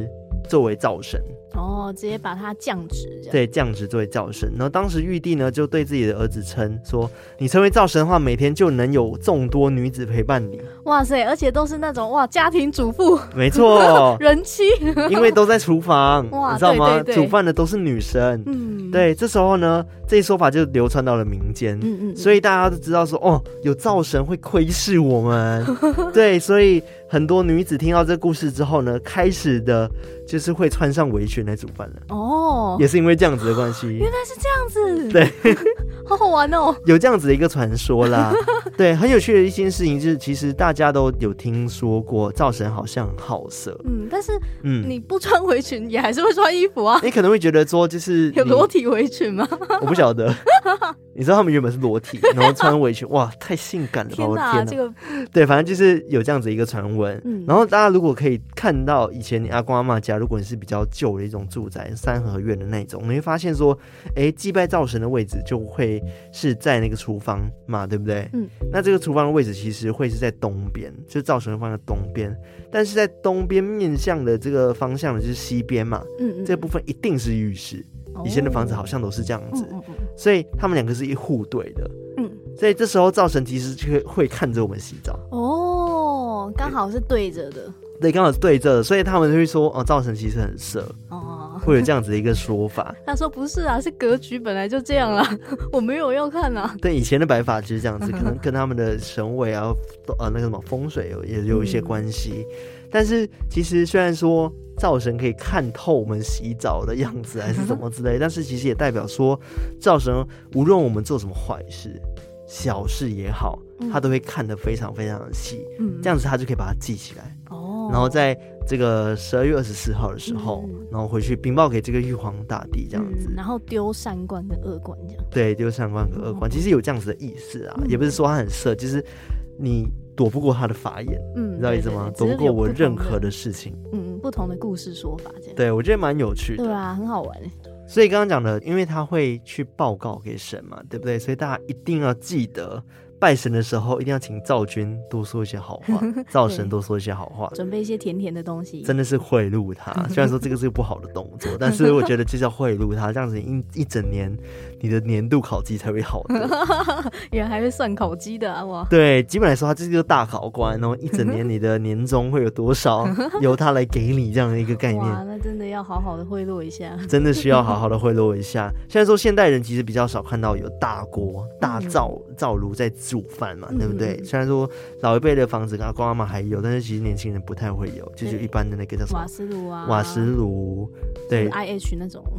作为灶神。 直接把他降职， 对，降职作为灶神。然后当时玉帝呢就对自己的儿子称说，你成为灶神的话，每天就能有众多女子陪伴你。 哇塞，而且都是那种家庭主妇， 没错， 人妻， 因为都在厨房，你知道吗？ 对对对， 煮饭的都是女生。对，这时候呢，这一说法就流传到了民间，所以大家都知道说，有灶神会窥视我们。对，所以很多女子听到这个故事之后呢，开始的就是会穿上围裙来煮饭了。也是因为这样子的关系。 原来是这样子。 对， 好好玩哦。 有这样子的一个传说啦。对，很有趣的一件事情就是，其实大家都有听说过灶神好像很好色。 但是你不穿围裙也还是会穿衣服啊。 你可能会觉得说，就是有裸体围裙吗？ 我不晓得。你知道他们原本是裸体，然后穿围裙，哇，太性感了吧！我的天哪， 这个对，反正就是有这样子一个传闻。然后大家如果可以看到以前你阿公阿嬷家，如果你是比较旧的一种住宅，三合院的那种，你会发现说，祭拜灶神的位置就会是在那个厨房嘛，对不对？那这个厨房的位置其实会是在东边，就是灶神会放在东边，但是在东边面向的这个方向呢，就是西边嘛。这部分一定是浴室。以前的房子好像都是这样子，所以他们两个是一互对的。所以这时候灶神其实就会看着我们洗澡。 刚好是对着的。 对，刚好是对着的，所以他们就会说，灶神其实很色。会有这样子的一个说法。 他说不是啊，是格局本来就这样啦，我没有要看啊。 对，以前的摆法就是这样子，可能跟他们的神位啊，那个什么风水也有一些关系。但是其实虽然说灶神可以看透我们洗澡的样子还是什么之类，但是其实也代表说灶神无论我们做什么坏事小事也好，他都会看得非常非常的细，这样子他就可以把它记起来。然后在这个12月24号的时候，然后回去禀报给这个玉皇大帝这样子， 然后丢善官跟恶官这样。 对，丢善官跟恶官，其实有这样子的意思啊，也不是说他很色，就是你躲不过他的法眼，你知道意思吗？躲不过我任何的事情。 不同的故事说法这样。 对，我觉得蛮有趣的。 对啊，很好玩。 所以刚刚讲的，因为他会去报告给神嘛，对不对？所以大家一定要记得拜神的时候一定要请灶君多说一些好话，灶神多说一些好话， 准备一些甜甜的东西， 真的是贿赂他。虽然说这个是个不好的动作，但是我觉得就是要贿赂他，这样子一整年你的年度考绩才会好的。 原来还会算考绩的啊！哇， 对，基本来说他就是个大考官，然后一整年你的年终会有多少由他来给你这样的一个概念。 哇，那真的要好好的贿赂一下， 真的需要好好的贿赂一下。虽然说现代人其实比较少看到有大锅大灶炉在煮饭嘛，对不对？虽然说老一辈的房子跟阿公阿嬷还有，但是其实年轻人不太会有，就是一般的那个叫什么瓦斯炉啊， 瓦斯炉，对 ，IH 那种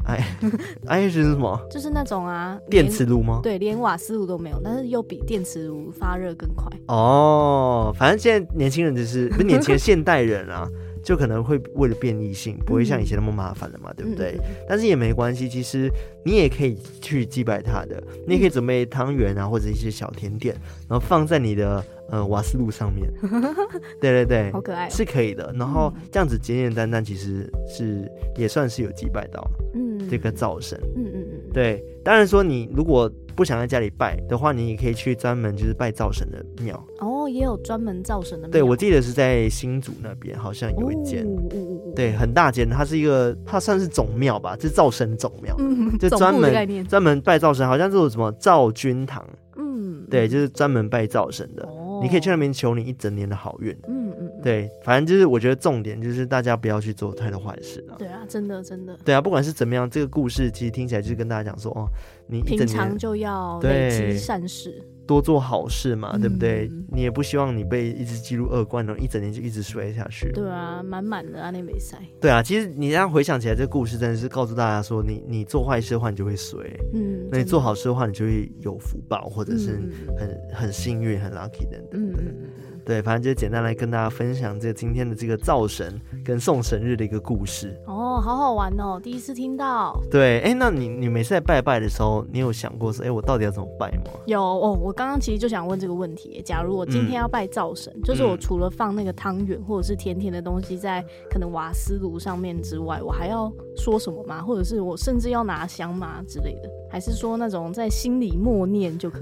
，IH 是什么？ 就是那种啊， 电磁炉吗？ 对，连瓦斯炉都没有，但是又比电磁炉发热更快。 反正现在年轻人就是不是年轻人，现代人啊。就可能会为了便利性，不会像以前那么麻烦了嘛，对不对？但是也没关系，其实你也可以去祭拜他的，你也可以准备汤圆啊，或者一些小甜点，然后放在你的瓦斯炉上面。对对对， 好可爱， 是可以的。然后这样子简简单单，其实是也算是有祭拜到这个灶神。对，当然说你如果不想在家里拜的话，你也可以去专门就是拜灶神的庙。 也有专门灶神的庙。 对，我记得是在新竹那边好像有一间，对，很大间，它算是总庙吧，就是灶神总庙，就专门拜灶神，好像是有什么灶君堂，对，就是专门拜灶神的。你可以去那边求你一整年的好运。对，反正就是我觉得重点就是大家不要去做太多坏事啊。 对啊，真的。 对啊，不管是怎么样，这个故事其实听起来就是跟大家讲说，你一整年平常就要累积善事， 多做好事嘛，对不对？你也不希望你被一直记入恶贯，然后一整年就一直衰下去。 对啊，满满的那没塞。 对啊，其实你这样回想起来，这个故事真的是告诉大家说，你做坏事的话，你就会衰。那你做好事的话，你就会有福报，或者是很幸运、很 lucky 等等的。对，反正就简单来跟大家分享今天的这个灶神跟送神日的一个故事。 好好玩哦，第一次听到。 对，那你每次在拜拜的时候，你有想过说，我到底要怎么拜吗？ 有我刚刚其实就想问这个问题。假如我今天要拜灶神，就是我除了放那个汤圆或者是甜甜的东西在可能瓦斯炉上面之外，我还要说什么吗？或者是我甚至要拿香吗之类的？还是说那种在心里默念就可以？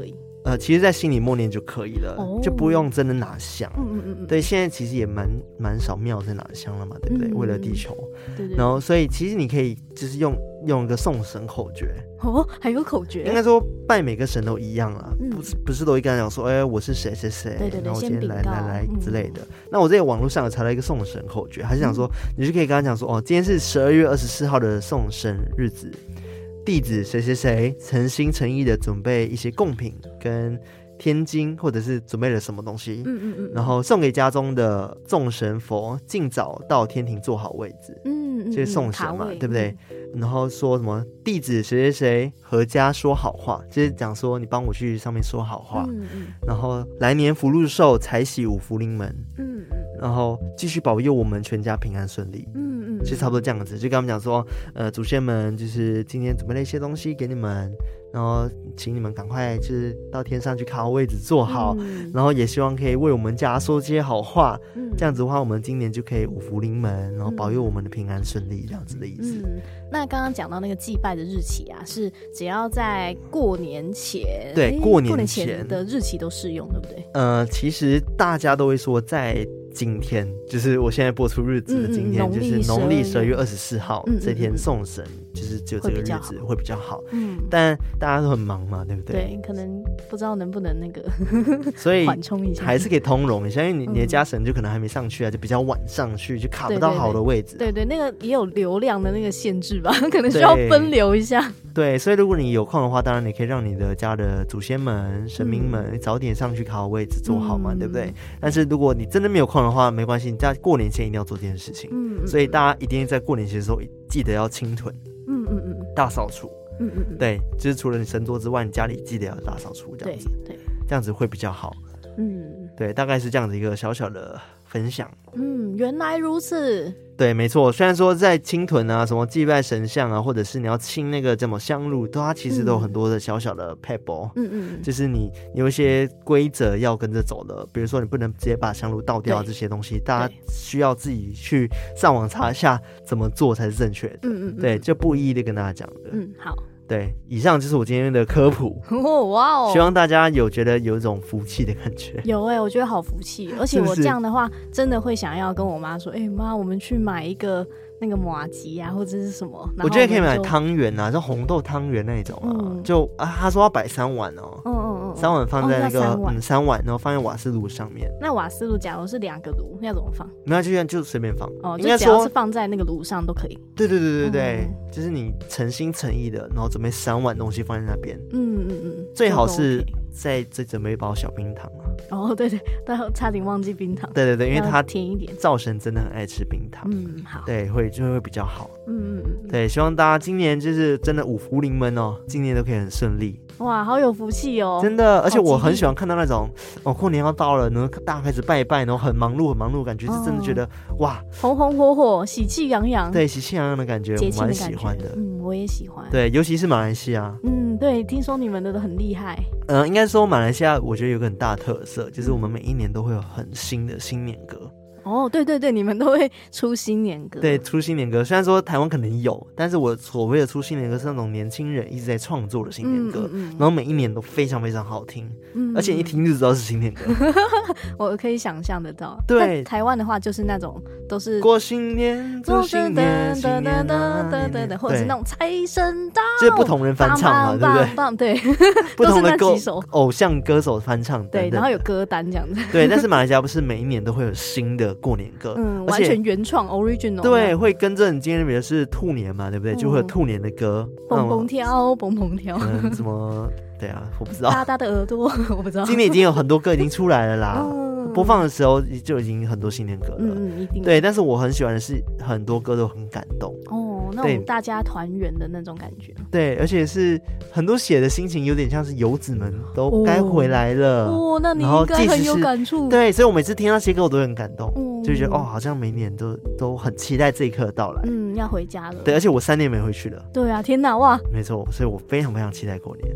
其实在心里默念就可以了，就不用真的拿香。对，现在其实也蛮少庙在拿香了嘛，对不对？为了地球。对。然后所以其实你可以就是用一个送神口诀。 还有口诀？ 应该说拜每个神都一样啊，不是都会跟他讲说，我是谁谁谁，然后我今天来之类的。那我在网络上有查到一个送神口诀，还是讲说你就可以跟他讲说，今天是12月24号的送神日子，弟子谁谁谁诚心诚意的准备一些贡品跟天经，或者是准备了什么东西，然后送给家中的众神佛，尽早到天庭坐好位置，就是送神嘛，对不对？然后说什么弟子谁谁谁阖家说好话，就是讲说你帮我去上面说好话，然后来年福禄寿，财喜五福临门，然后继续保佑我们全家平安顺利，就差不多这样子，就跟他们讲说，祖先们就是今天准备了一些东西给你们，然后请你们赶快就是到天上去卡好位置坐好，然后也希望可以为我们家说些好话，这样子的话我们今年就可以五福临门，然后保佑我们的平安顺利，这样子的意思。 那刚刚讲到那个祭拜的日期啊，是只要在过年前， 对，过年前的日期都适用，对不对？ 其实大家都会说在今天，就是我现在播出日子的今天，就是农历12月24号这天送神，就是只有这个日子会比较好。但大家都很忙嘛，对不对？ 对，可能不知道能不能那个， 所以缓冲一下， 还是可以通融一下，因为你的家神就可能还没上去啊，就比较晚上去，就卡不到好的位置。 对，那个也有流量的那个限制吧，可能需要分流一下。 对，所以如果你有空的话，当然你可以让你的家的祖先们、神明们早点上去卡好位置坐好嘛，对不对？但是如果你真的没有空的话，没关系，你在过年前一定要做这件事情。所以大家一定在过年前的时候记得要清囤，大扫除。对，就是除了你神桌之外，你家里记得要大扫除，这样子，对，这样子会比较好。对，大概是这样子一个小小的分享。 原来如此。 对，没错。虽然说在清屯啊，什么祭拜神像啊，或者是你要清那个什么香炉，它其实都有很多的小小的 pebble。就是你有一些规则要跟着走的，比如说你不能直接把香炉倒掉这些东西，大家需要自己去上网查一下怎么做才是正确的。对，就不一一的跟大家讲的。 好。 对，以上就是我今天的科普。 哇哦！ 希望大家觉得有一种福气的感觉。 有我觉得好福气，而且我这样的话，真的会想要跟我妈说，妈，我们去买一个那个麻糬啊，或者是什么。 我觉得可以买汤圆啊，就红豆汤圆那种啊。他说要摆3碗哦。3碗放在那个3碗，然后放在瓦斯炉上面。 那瓦斯炉假如是2个炉，要怎么放？ 没有，就随便放。 应该只要是放在那个炉上都可以。 对，就是你诚心诚意的，然后准备3碗东西放在那边。最好是再准备一包小冰糖啊。 对，但差点忘记冰糖。 对，因为它甜一点。 灶神真的很爱吃冰糖。 好。 对，就会比较好。对，希望大家今年就是真的五福临门哦，今年都可以很顺利。 哇，好有福气哦！ 真的，而且我很喜欢看到那种过年要到了，然后大家开始拜拜，然后很忙碌的感觉，是真的觉得哇， 红红火火，喜气洋洋。 对，喜气洋洋的感觉，我蛮喜欢的。 我也喜欢。 对，尤其是马来西亚。 对，听说你们的都很厉害。 应该说马来西亚，我觉得有个很大的特色，就是我们每一年都会有很新的新年歌。 对，你们都会出新年歌。 对，出新年歌。虽然说台湾可能有，但是我所谓的出新年歌是那种年轻人一直在创作的新年歌，然后每一年都非常非常好听，而且一听就知道是新年歌。 我可以想象得到。 对， 台湾的话就是那种都是过新年、祝新年、新年或者是那种财神到， 就是不同人翻唱嘛，对不对？ 对， 不同的偶像歌手翻唱， 对，然后有歌单这样子。 对，但是马来西亚不是每一年都会有新的过年歌， 完全原创 original。 对，会跟着你今天比如是兔年嘛，对不对？就会有兔年的歌， 蹦蹦跳，蹦蹦跳， 什么？对啊，我不知道。 大大的耳朵，我不知道。 今年已经有很多歌已经出来了啦。播放的时候就已经很多新年歌了。 一定。 对，但是我很喜欢的是很多歌都很感动。 那种大家团圆的那种感觉。 对，而且是很多写的心情有点像是游子们都该回来了。 那你应该很有感触。 对，所以我每次听那些歌我都很感动，就觉得好像每年都很期待这一刻的到来。 要回家了。 对，而且我3年没回去了。 对啊，天哪，哇！ 没错，所以我非常非常期待过年。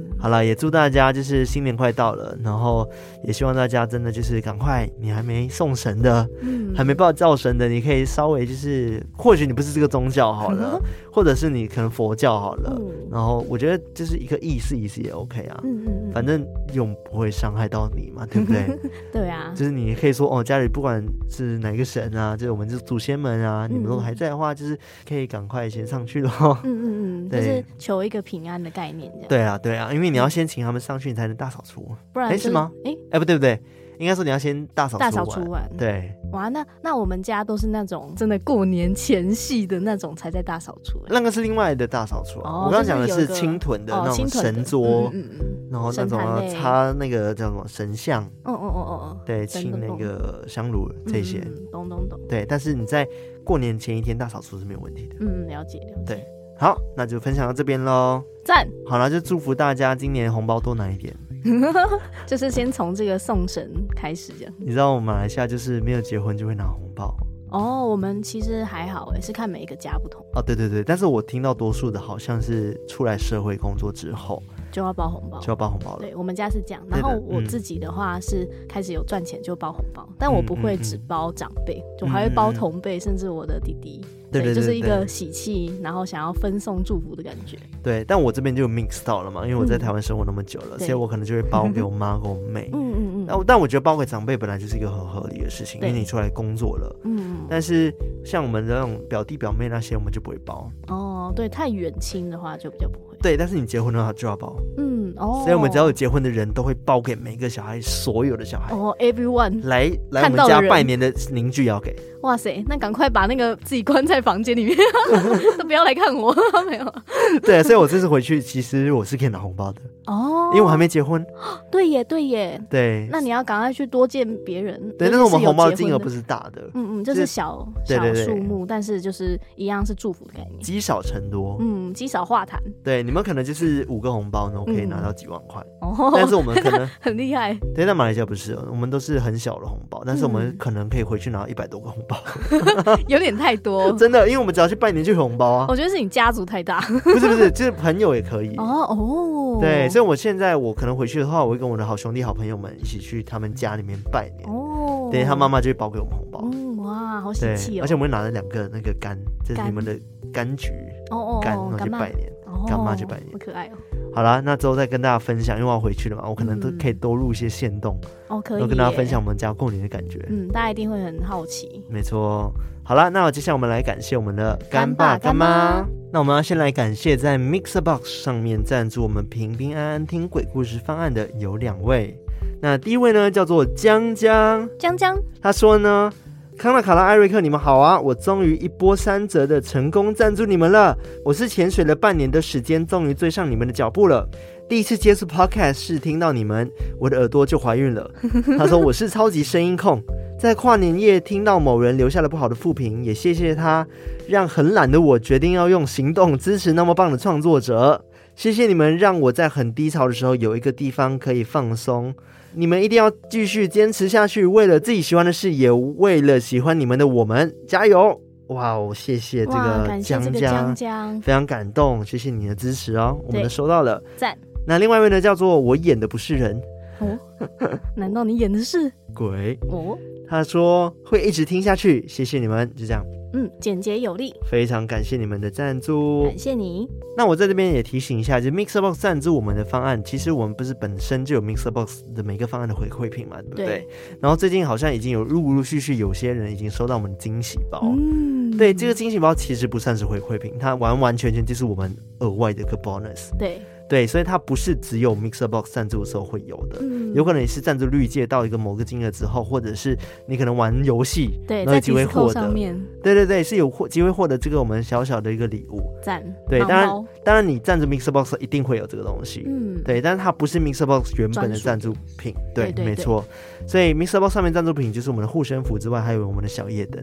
好了，也祝大家就是新年快到了，然后也希望大家真的就是赶快，你还没送神的，还没报灶神的，你可以稍微就是或许你不是这个宗教好了，或者是你可能佛教好了，然后我觉得就是一个意思也 OK 啊，反正又不会伤害到你嘛，对不对？ 对啊， 就是你可以说哦，家里不管是哪个神啊，就是我们就是祖先们啊，你们如果还在的话，就是可以赶快先上去咯。 就是求一个平安的概念这样。对啊，因为你要先请他们上去，你才能大扫除， 不然是吗？不对，应该说你要先大扫除完。对， 哇，那我们家都是那种真的过年前夕的那种才在大扫除， 那个是另外的大扫除啊。我刚刚讲的是清屯的那种神桌，然后那种要擦那个叫什么神像，对，清那个香炉这些， 懂。 对，但是你在过年前一天大扫除是没有问题的。 了解。 对，好，那就分享到这边咯。 赞。好了，就祝福大家今年红包多拿一点。 就是先从这个送神开始这样。 你知道我们马来西亚就是没有结婚就会拿红包。 我们其实还好是看每一个家不同。 对，但是我听到多数的好像是出来社会工作之后就要包红包了。对，我们家是这样。然后我自己的话是开始有赚钱就包红包，但我不会只包长辈，我还会包同辈，甚至我的弟弟。对，就是一个喜气，然后想要分送祝福的感觉。 对，但我这边就 mix 到了嘛，因为我在台湾生活那么久了，所以我可能就会包给我妈跟我妹。但我觉得包给长辈本来就是一个很合理的事情，因为你出来工作了。但是像我们的那种表弟表妹那些，我们就不会包。 对，太远亲的话就比较不会。 对，但是你结婚的话就要包。所以我们只要有结婚的人都会包给每个小孩，所有的小孩。 everyone 来我们家拜年的邻居要给。 哇塞，那赶快把那个自己关在房间里面，都不要来看我。没有。 对，所以我这次回去，其实我是可以拿红包的。因为我还没结婚。 对耶。 对。 那你要赶快去多见别人。 对，但是我们红包的金额不是大的。 就是小数目，但是就是一样是祝福的概念。 积少成多。 积少化痰。 对，你们可能就是5个红包呢，可以拿到几万块。但是我们可能很厉害。 对，但马来西亚不是，我们都是很小的红包，但是我们可能可以回去拿100多个红包。 有点太多。 真的，因为我们只要去拜年就有红包啊。 我觉得是你家族太大。 不是，就是朋友也可以。对，所以我可能回去的话，我会跟我的好兄弟好朋友们一起去他们家里面拜年。对，他妈妈就会包给我们红包。 哇，好喜气而且我们会拿了2个那个柑，这是你们的柑橘。柑，然后去拜年。干妈去拜年。 好可爱哦。 好啦，那之后再跟大家分享，因为我要回去了嘛，我可能都可以多录一些限动。 可以。 都跟大家分享我们家过年的感觉。 大家一定会很好奇。 没错。好啦，那接下来我们来感谢我们的干爸干妈。那我们要先来感谢在 Mixerbox 上面赞助我们平平安安听鬼故事方案的有2位。那第一位呢叫做江江，他说呢，康纳、卡拉、艾瑞克，你们好啊！我终于一波3折的成功赞助你们了。我是潜水了半年的时间，终于追上你们的脚步了。第一次接触 podcast 是听到你们，我的耳朵就怀孕了。他说我是超级声音控，在跨年夜听到某人留下了不好的负评，也谢谢他，让很懒的我决定要用行动支持那么棒的创作者。谢谢你们，让我在很低潮的时候有一个地方可以放松。你们一定要继续坚持下去，为了自己喜欢的事，也为了喜欢你们的我们，加油！哇哦，谢谢这个江江，非常感动，谢谢你的支持哦，我们都收到了， 赞。 那另外一位呢，叫做我演的不是人。 难道你演的是鬼？他说会一直听下去，谢谢你们，就这样。 简洁有力， 非常感谢你们的赞助， 感谢你。 那我在这边也提醒一下，就是 Mixerbox 赞助我们的方案，其实我们不是本身就有 Mixerbox 的每个方案的回馈品嘛，对不对？然后最近好像已经有陆陆续续有些人已经收到我们的惊喜包，对，这个惊喜包其实不算是回馈品，它完完全全就是我们额外的一个 bonus， 对，所以它不是只有 Mixerbox 赞助的时候会有的，有可能也是赞助绿界到一个某个金额之后，或者是你可能玩游戏， 对， 有机会获得，对，是有机会获得这个我们小小的一个礼物， 赞， 对，当然你赞助 Mixerbox 一定会有这个东西，对，但是它不是 Mixerbox 原本的赞助品，对，没错，所以 Mixerbox 上面赞助品就是我们的护身符之外，还有我们的小夜灯，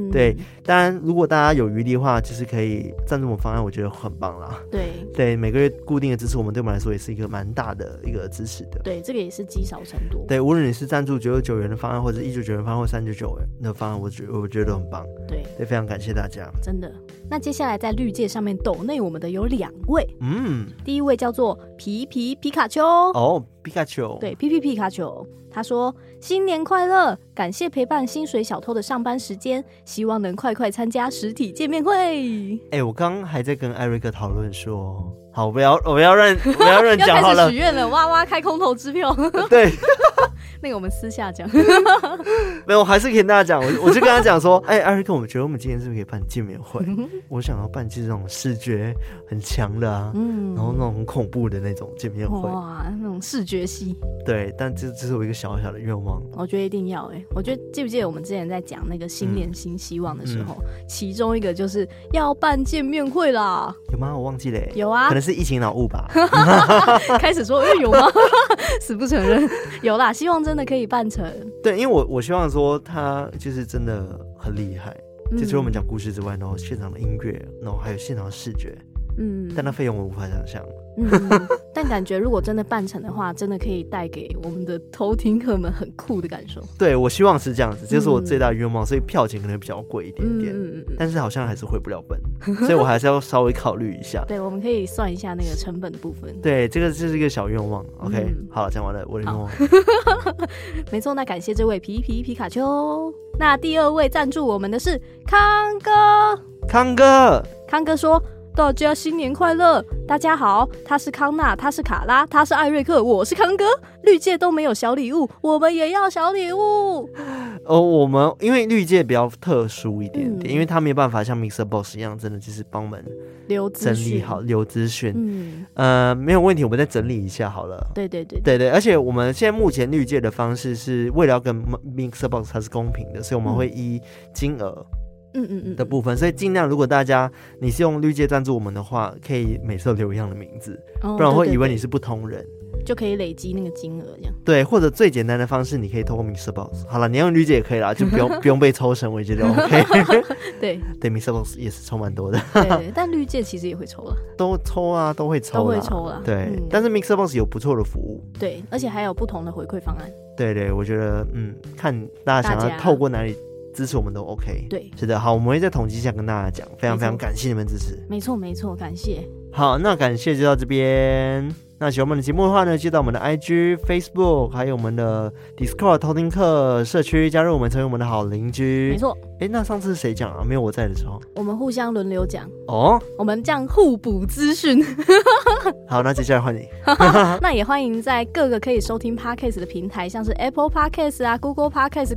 对，当然如果大家有余力的话，就是可以赞助我们方案，我觉得很棒啦。对，每个月固定的支持我们，对我们来说也是一个蛮大的一个支持的。 对，这个也是积少成多。 对，无论你是赞助999元的方案，或者199元方案，或399元的方案，我觉得很棒。对，非常感谢大家， 真的。那接下来在绿界上面抖内我们的有2位，第一位叫做皮卡丘皮卡丘， 对，皮卡丘。他说新年快乐，感谢陪伴薪水小偷的上班时间，希望能快快参加实体见面会。 我刚刚还在跟艾瑞克讨论说，好，我不要乱讲好了， 要开始许愿了，哇开空头支票。 对， 那个我们私下讲。 没有，我还是可以跟大家讲，我就跟他讲说，艾瑞克，我觉得我们今天是不是可以办见面会？我想要办就是那种视觉很强的然后那种很恐怖的那种见面会， 哇，那种视觉系。 对，但这是我一个小小的愿望。 我觉得一定要我觉得记不记得我们之前在讲那个新年新希望的时候，其中一个就是要办见面会啦。 有吗？我忘记了。 有啊， 可能是疫情脑雾吧。 开始说有吗？死不承认。有啦，希望真的可以办成。 对，因为我希望说他就是真的很厉害，就除了我们讲故事之外，然后现场的音乐，然后还有现场的视觉。但那费用我无法想象。 但感觉如果真的办成的话，真的可以带给我们的偷听客们很酷的感受。对， 我希望是这样子，这是我最大的愿望，所以票钱可能比较贵一点点，但是好像还是回不了本，所以我还是要稍微考虑一下。 对，我们可以算一下那个成本的部分。 对，这个就是一个小愿望。OK，好，讲完了我的愿望。 没错，那感谢这位皮卡丘。那第2位赞助我们的是康哥。康哥说，大家新年快乐！大家好，他是康纳，他是卡拉，他是艾瑞克，我是康哥。绿界都没有小礼物，我们也要小礼物。 我们因为绿界比较特殊一点点，因为他没有办法像 MixerBox 一样，真的就是帮我们整理好留资讯。没有问题，我们再整理一下好了。对，而且我们现在目前绿界的方式是为了要跟 MixerBox 它是公平的，所以我们会依金额的部分，所以尽量如果大家你是用绿界赞助我们的话，可以每次都留一样的名字，不然我会以为你是不同人， 就可以累积那个金额这样。 对，或者最简单的方式，你可以透过 MixerBox。好了，你要用绿界也可以啦，就不用被抽成，我觉得 OK。对，MixerBox 也是抽蛮多的。 对，但绿界其实也会抽了， 都抽啊，都会抽啦。对，但是 MixerBox 有不错的服务。对， 而且还有不同的回馈方案。 对，我觉得看大家想要透过哪里支持我们都 OK。 对，是的。好，我们会在统计下跟大家讲，非常非常感谢你们支持。没错，感谢。好，那感谢就到这边。那喜欢我们的节目的话呢，记得我们的 IG、Facebook 还有我们的 Discord 偷听客社区加入我们，成为我们的好邻居。没错。那上次是谁讲啊？没有我在的时候，我们互相轮流讲哦，我们这样互补资讯。好，那接下来换你。那也欢迎在各个可以收听 Podcast 的平台，像是 Apple Podcast 啊、Google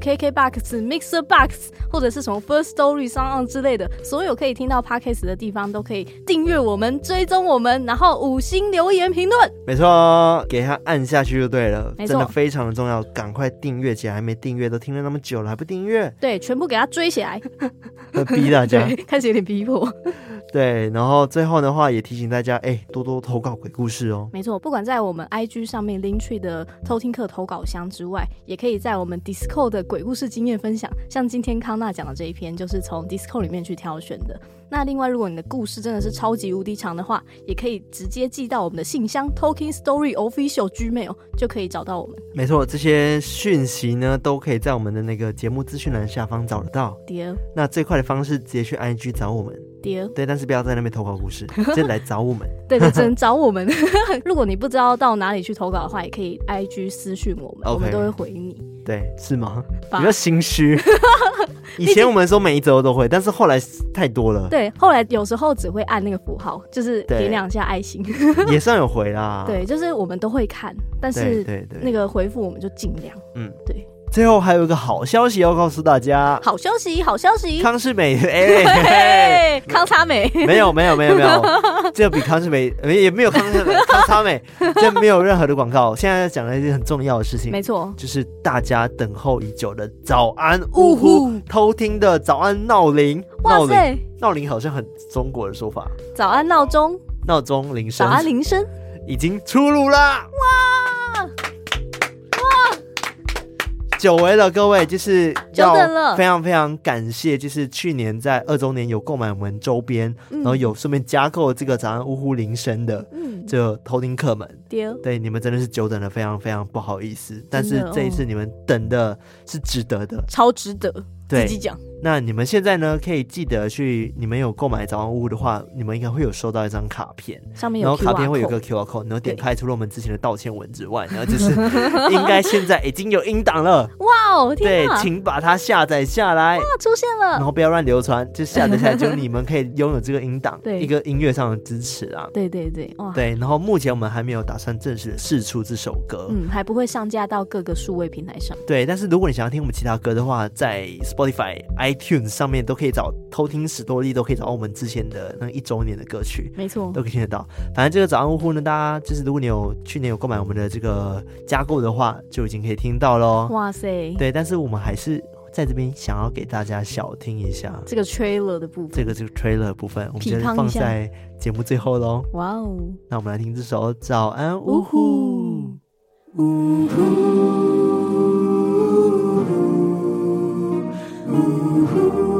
Podcast、KKBox、MixerBox 或者是什么 First Story、SoundOn 之类的，所有可以听到 Podcast 的地方都可以订阅我们、追踪我们，然后5星留言评论。没错，给它按下去就对了，真的非常的重要，赶快订阅起来！还没订阅都听了那么久了，还不订阅？对，全部给它追起来，逼大家，开始有点逼迫。对，然后最后的话也提醒大家，多多投稿鬼故事哦。没错，不管在我们 IG 上面 Linktree 的偷听客投稿箱之外，也可以在我们 Discord 的鬼故事经验分享，像今天康纳讲的这一篇，就是从 Discord 里面去挑选的。那另外，如果你的故事真的是超级无敌长的话，也可以直接寄到我们的信箱 Talking Story Official Gmail 就可以找到我们。没错，这些讯息呢都可以在我们的那个节目资讯栏下方找得到。对，那最快的方式直接去 IG 找我们。对，但是不要在那边投稿故事，直接来找我们。对，只能找我们。如果你不知道到哪里去投稿的话，也可以 IG 私讯我们， 我们都会回你。对，是吗？比较心虚。以前我们说每一则都会，但是后来太多了。对，后来有时候只会按那个符号，就是点2下爱心，也算有回啦。对，就是我们都会看，但是那个回复我们就尽量。对。最后还有一个好消息要告诉大家，好消息，康是美，康差美，没有，这比康是美也没有康差美，这没有任何的广告。现在讲的一件很重要的事情，没错，就是大家等候已久的早安呜呼偷听的早安闹铃。哇塞，闹铃好像很中国的说法，早安闹钟铃声，早安铃声已经出炉啦！哇！ 久违了，各位，就是久等了， 非常非常感谢，就是去年在2周年有购买我们周边，然后有顺便加购这个早安呜呼铃声的，这偷听客们，对你们真的是久等了，非常非常不好意思，但是这一次你们等的是值得的， 超值得， 对， 自己讲。 那你们现在呢，可以记得去，你们有购买早安呜呼的话，你们应该会有收到一张卡片， 上面有 QR code， 然后卡片会有个 QR code， 然后点开，除了我们之前的道歉文之外，然后就是应该现在已经有音档了， 哇哦，天哪！ 对，请把它下载下来， 哇，出现了， 然后不要乱流传，就下载下来，就你们可以拥有这个音档，一个音乐上的支持啊， 对对对，哇， 对，然后目前我们还没有打算正式的释出这首歌， 还不会上架到各个数位平台上， 对，但是如果你想要听我们其他歌的话，在 Spotify、iTunes 上面都可以找偷听史多利，都可以找到我们之前的那1周年的歌曲， 没错， 都可以听得到。反正这个早安呜呼呢，大家就是如果你有去年有购买我们的这个加购的话，就已经可以听到咯。 哇塞， 对，但是我们还是在这边想要给大家小听一下这个 trailer 的部分， 这个 trailer 的部分，我们先放在节目最后咯。哇哦，那我们来听这首早安呜呼。呜呼呜呼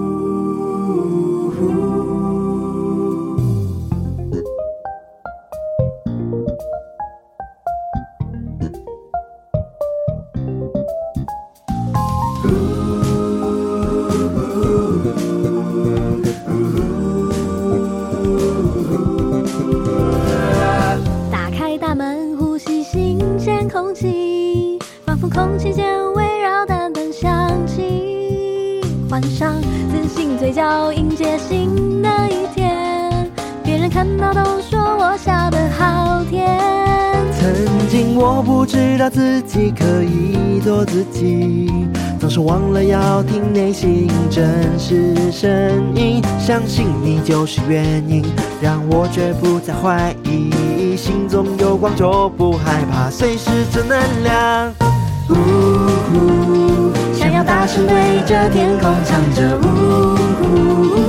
打开大门，呼吸新鲜空气，仿佛空气间围绕淡淡香气，换上自信嘴角，迎接新的一天，别人看到都说我笑得好甜。 曾经我不知道自己可以做自己，总是忘了要听内心真实声音，相信你就是原因，让我绝不再怀疑，心中有光就不害怕，随时正能量。呜呼，想要大声对着天空唱着呜呼，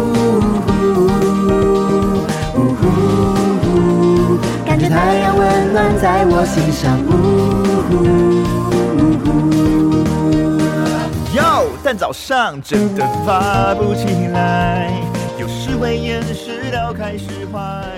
呜呼，感觉太阳温暖在我心上。 但早上真的发不起来，有时会厌世到开始怀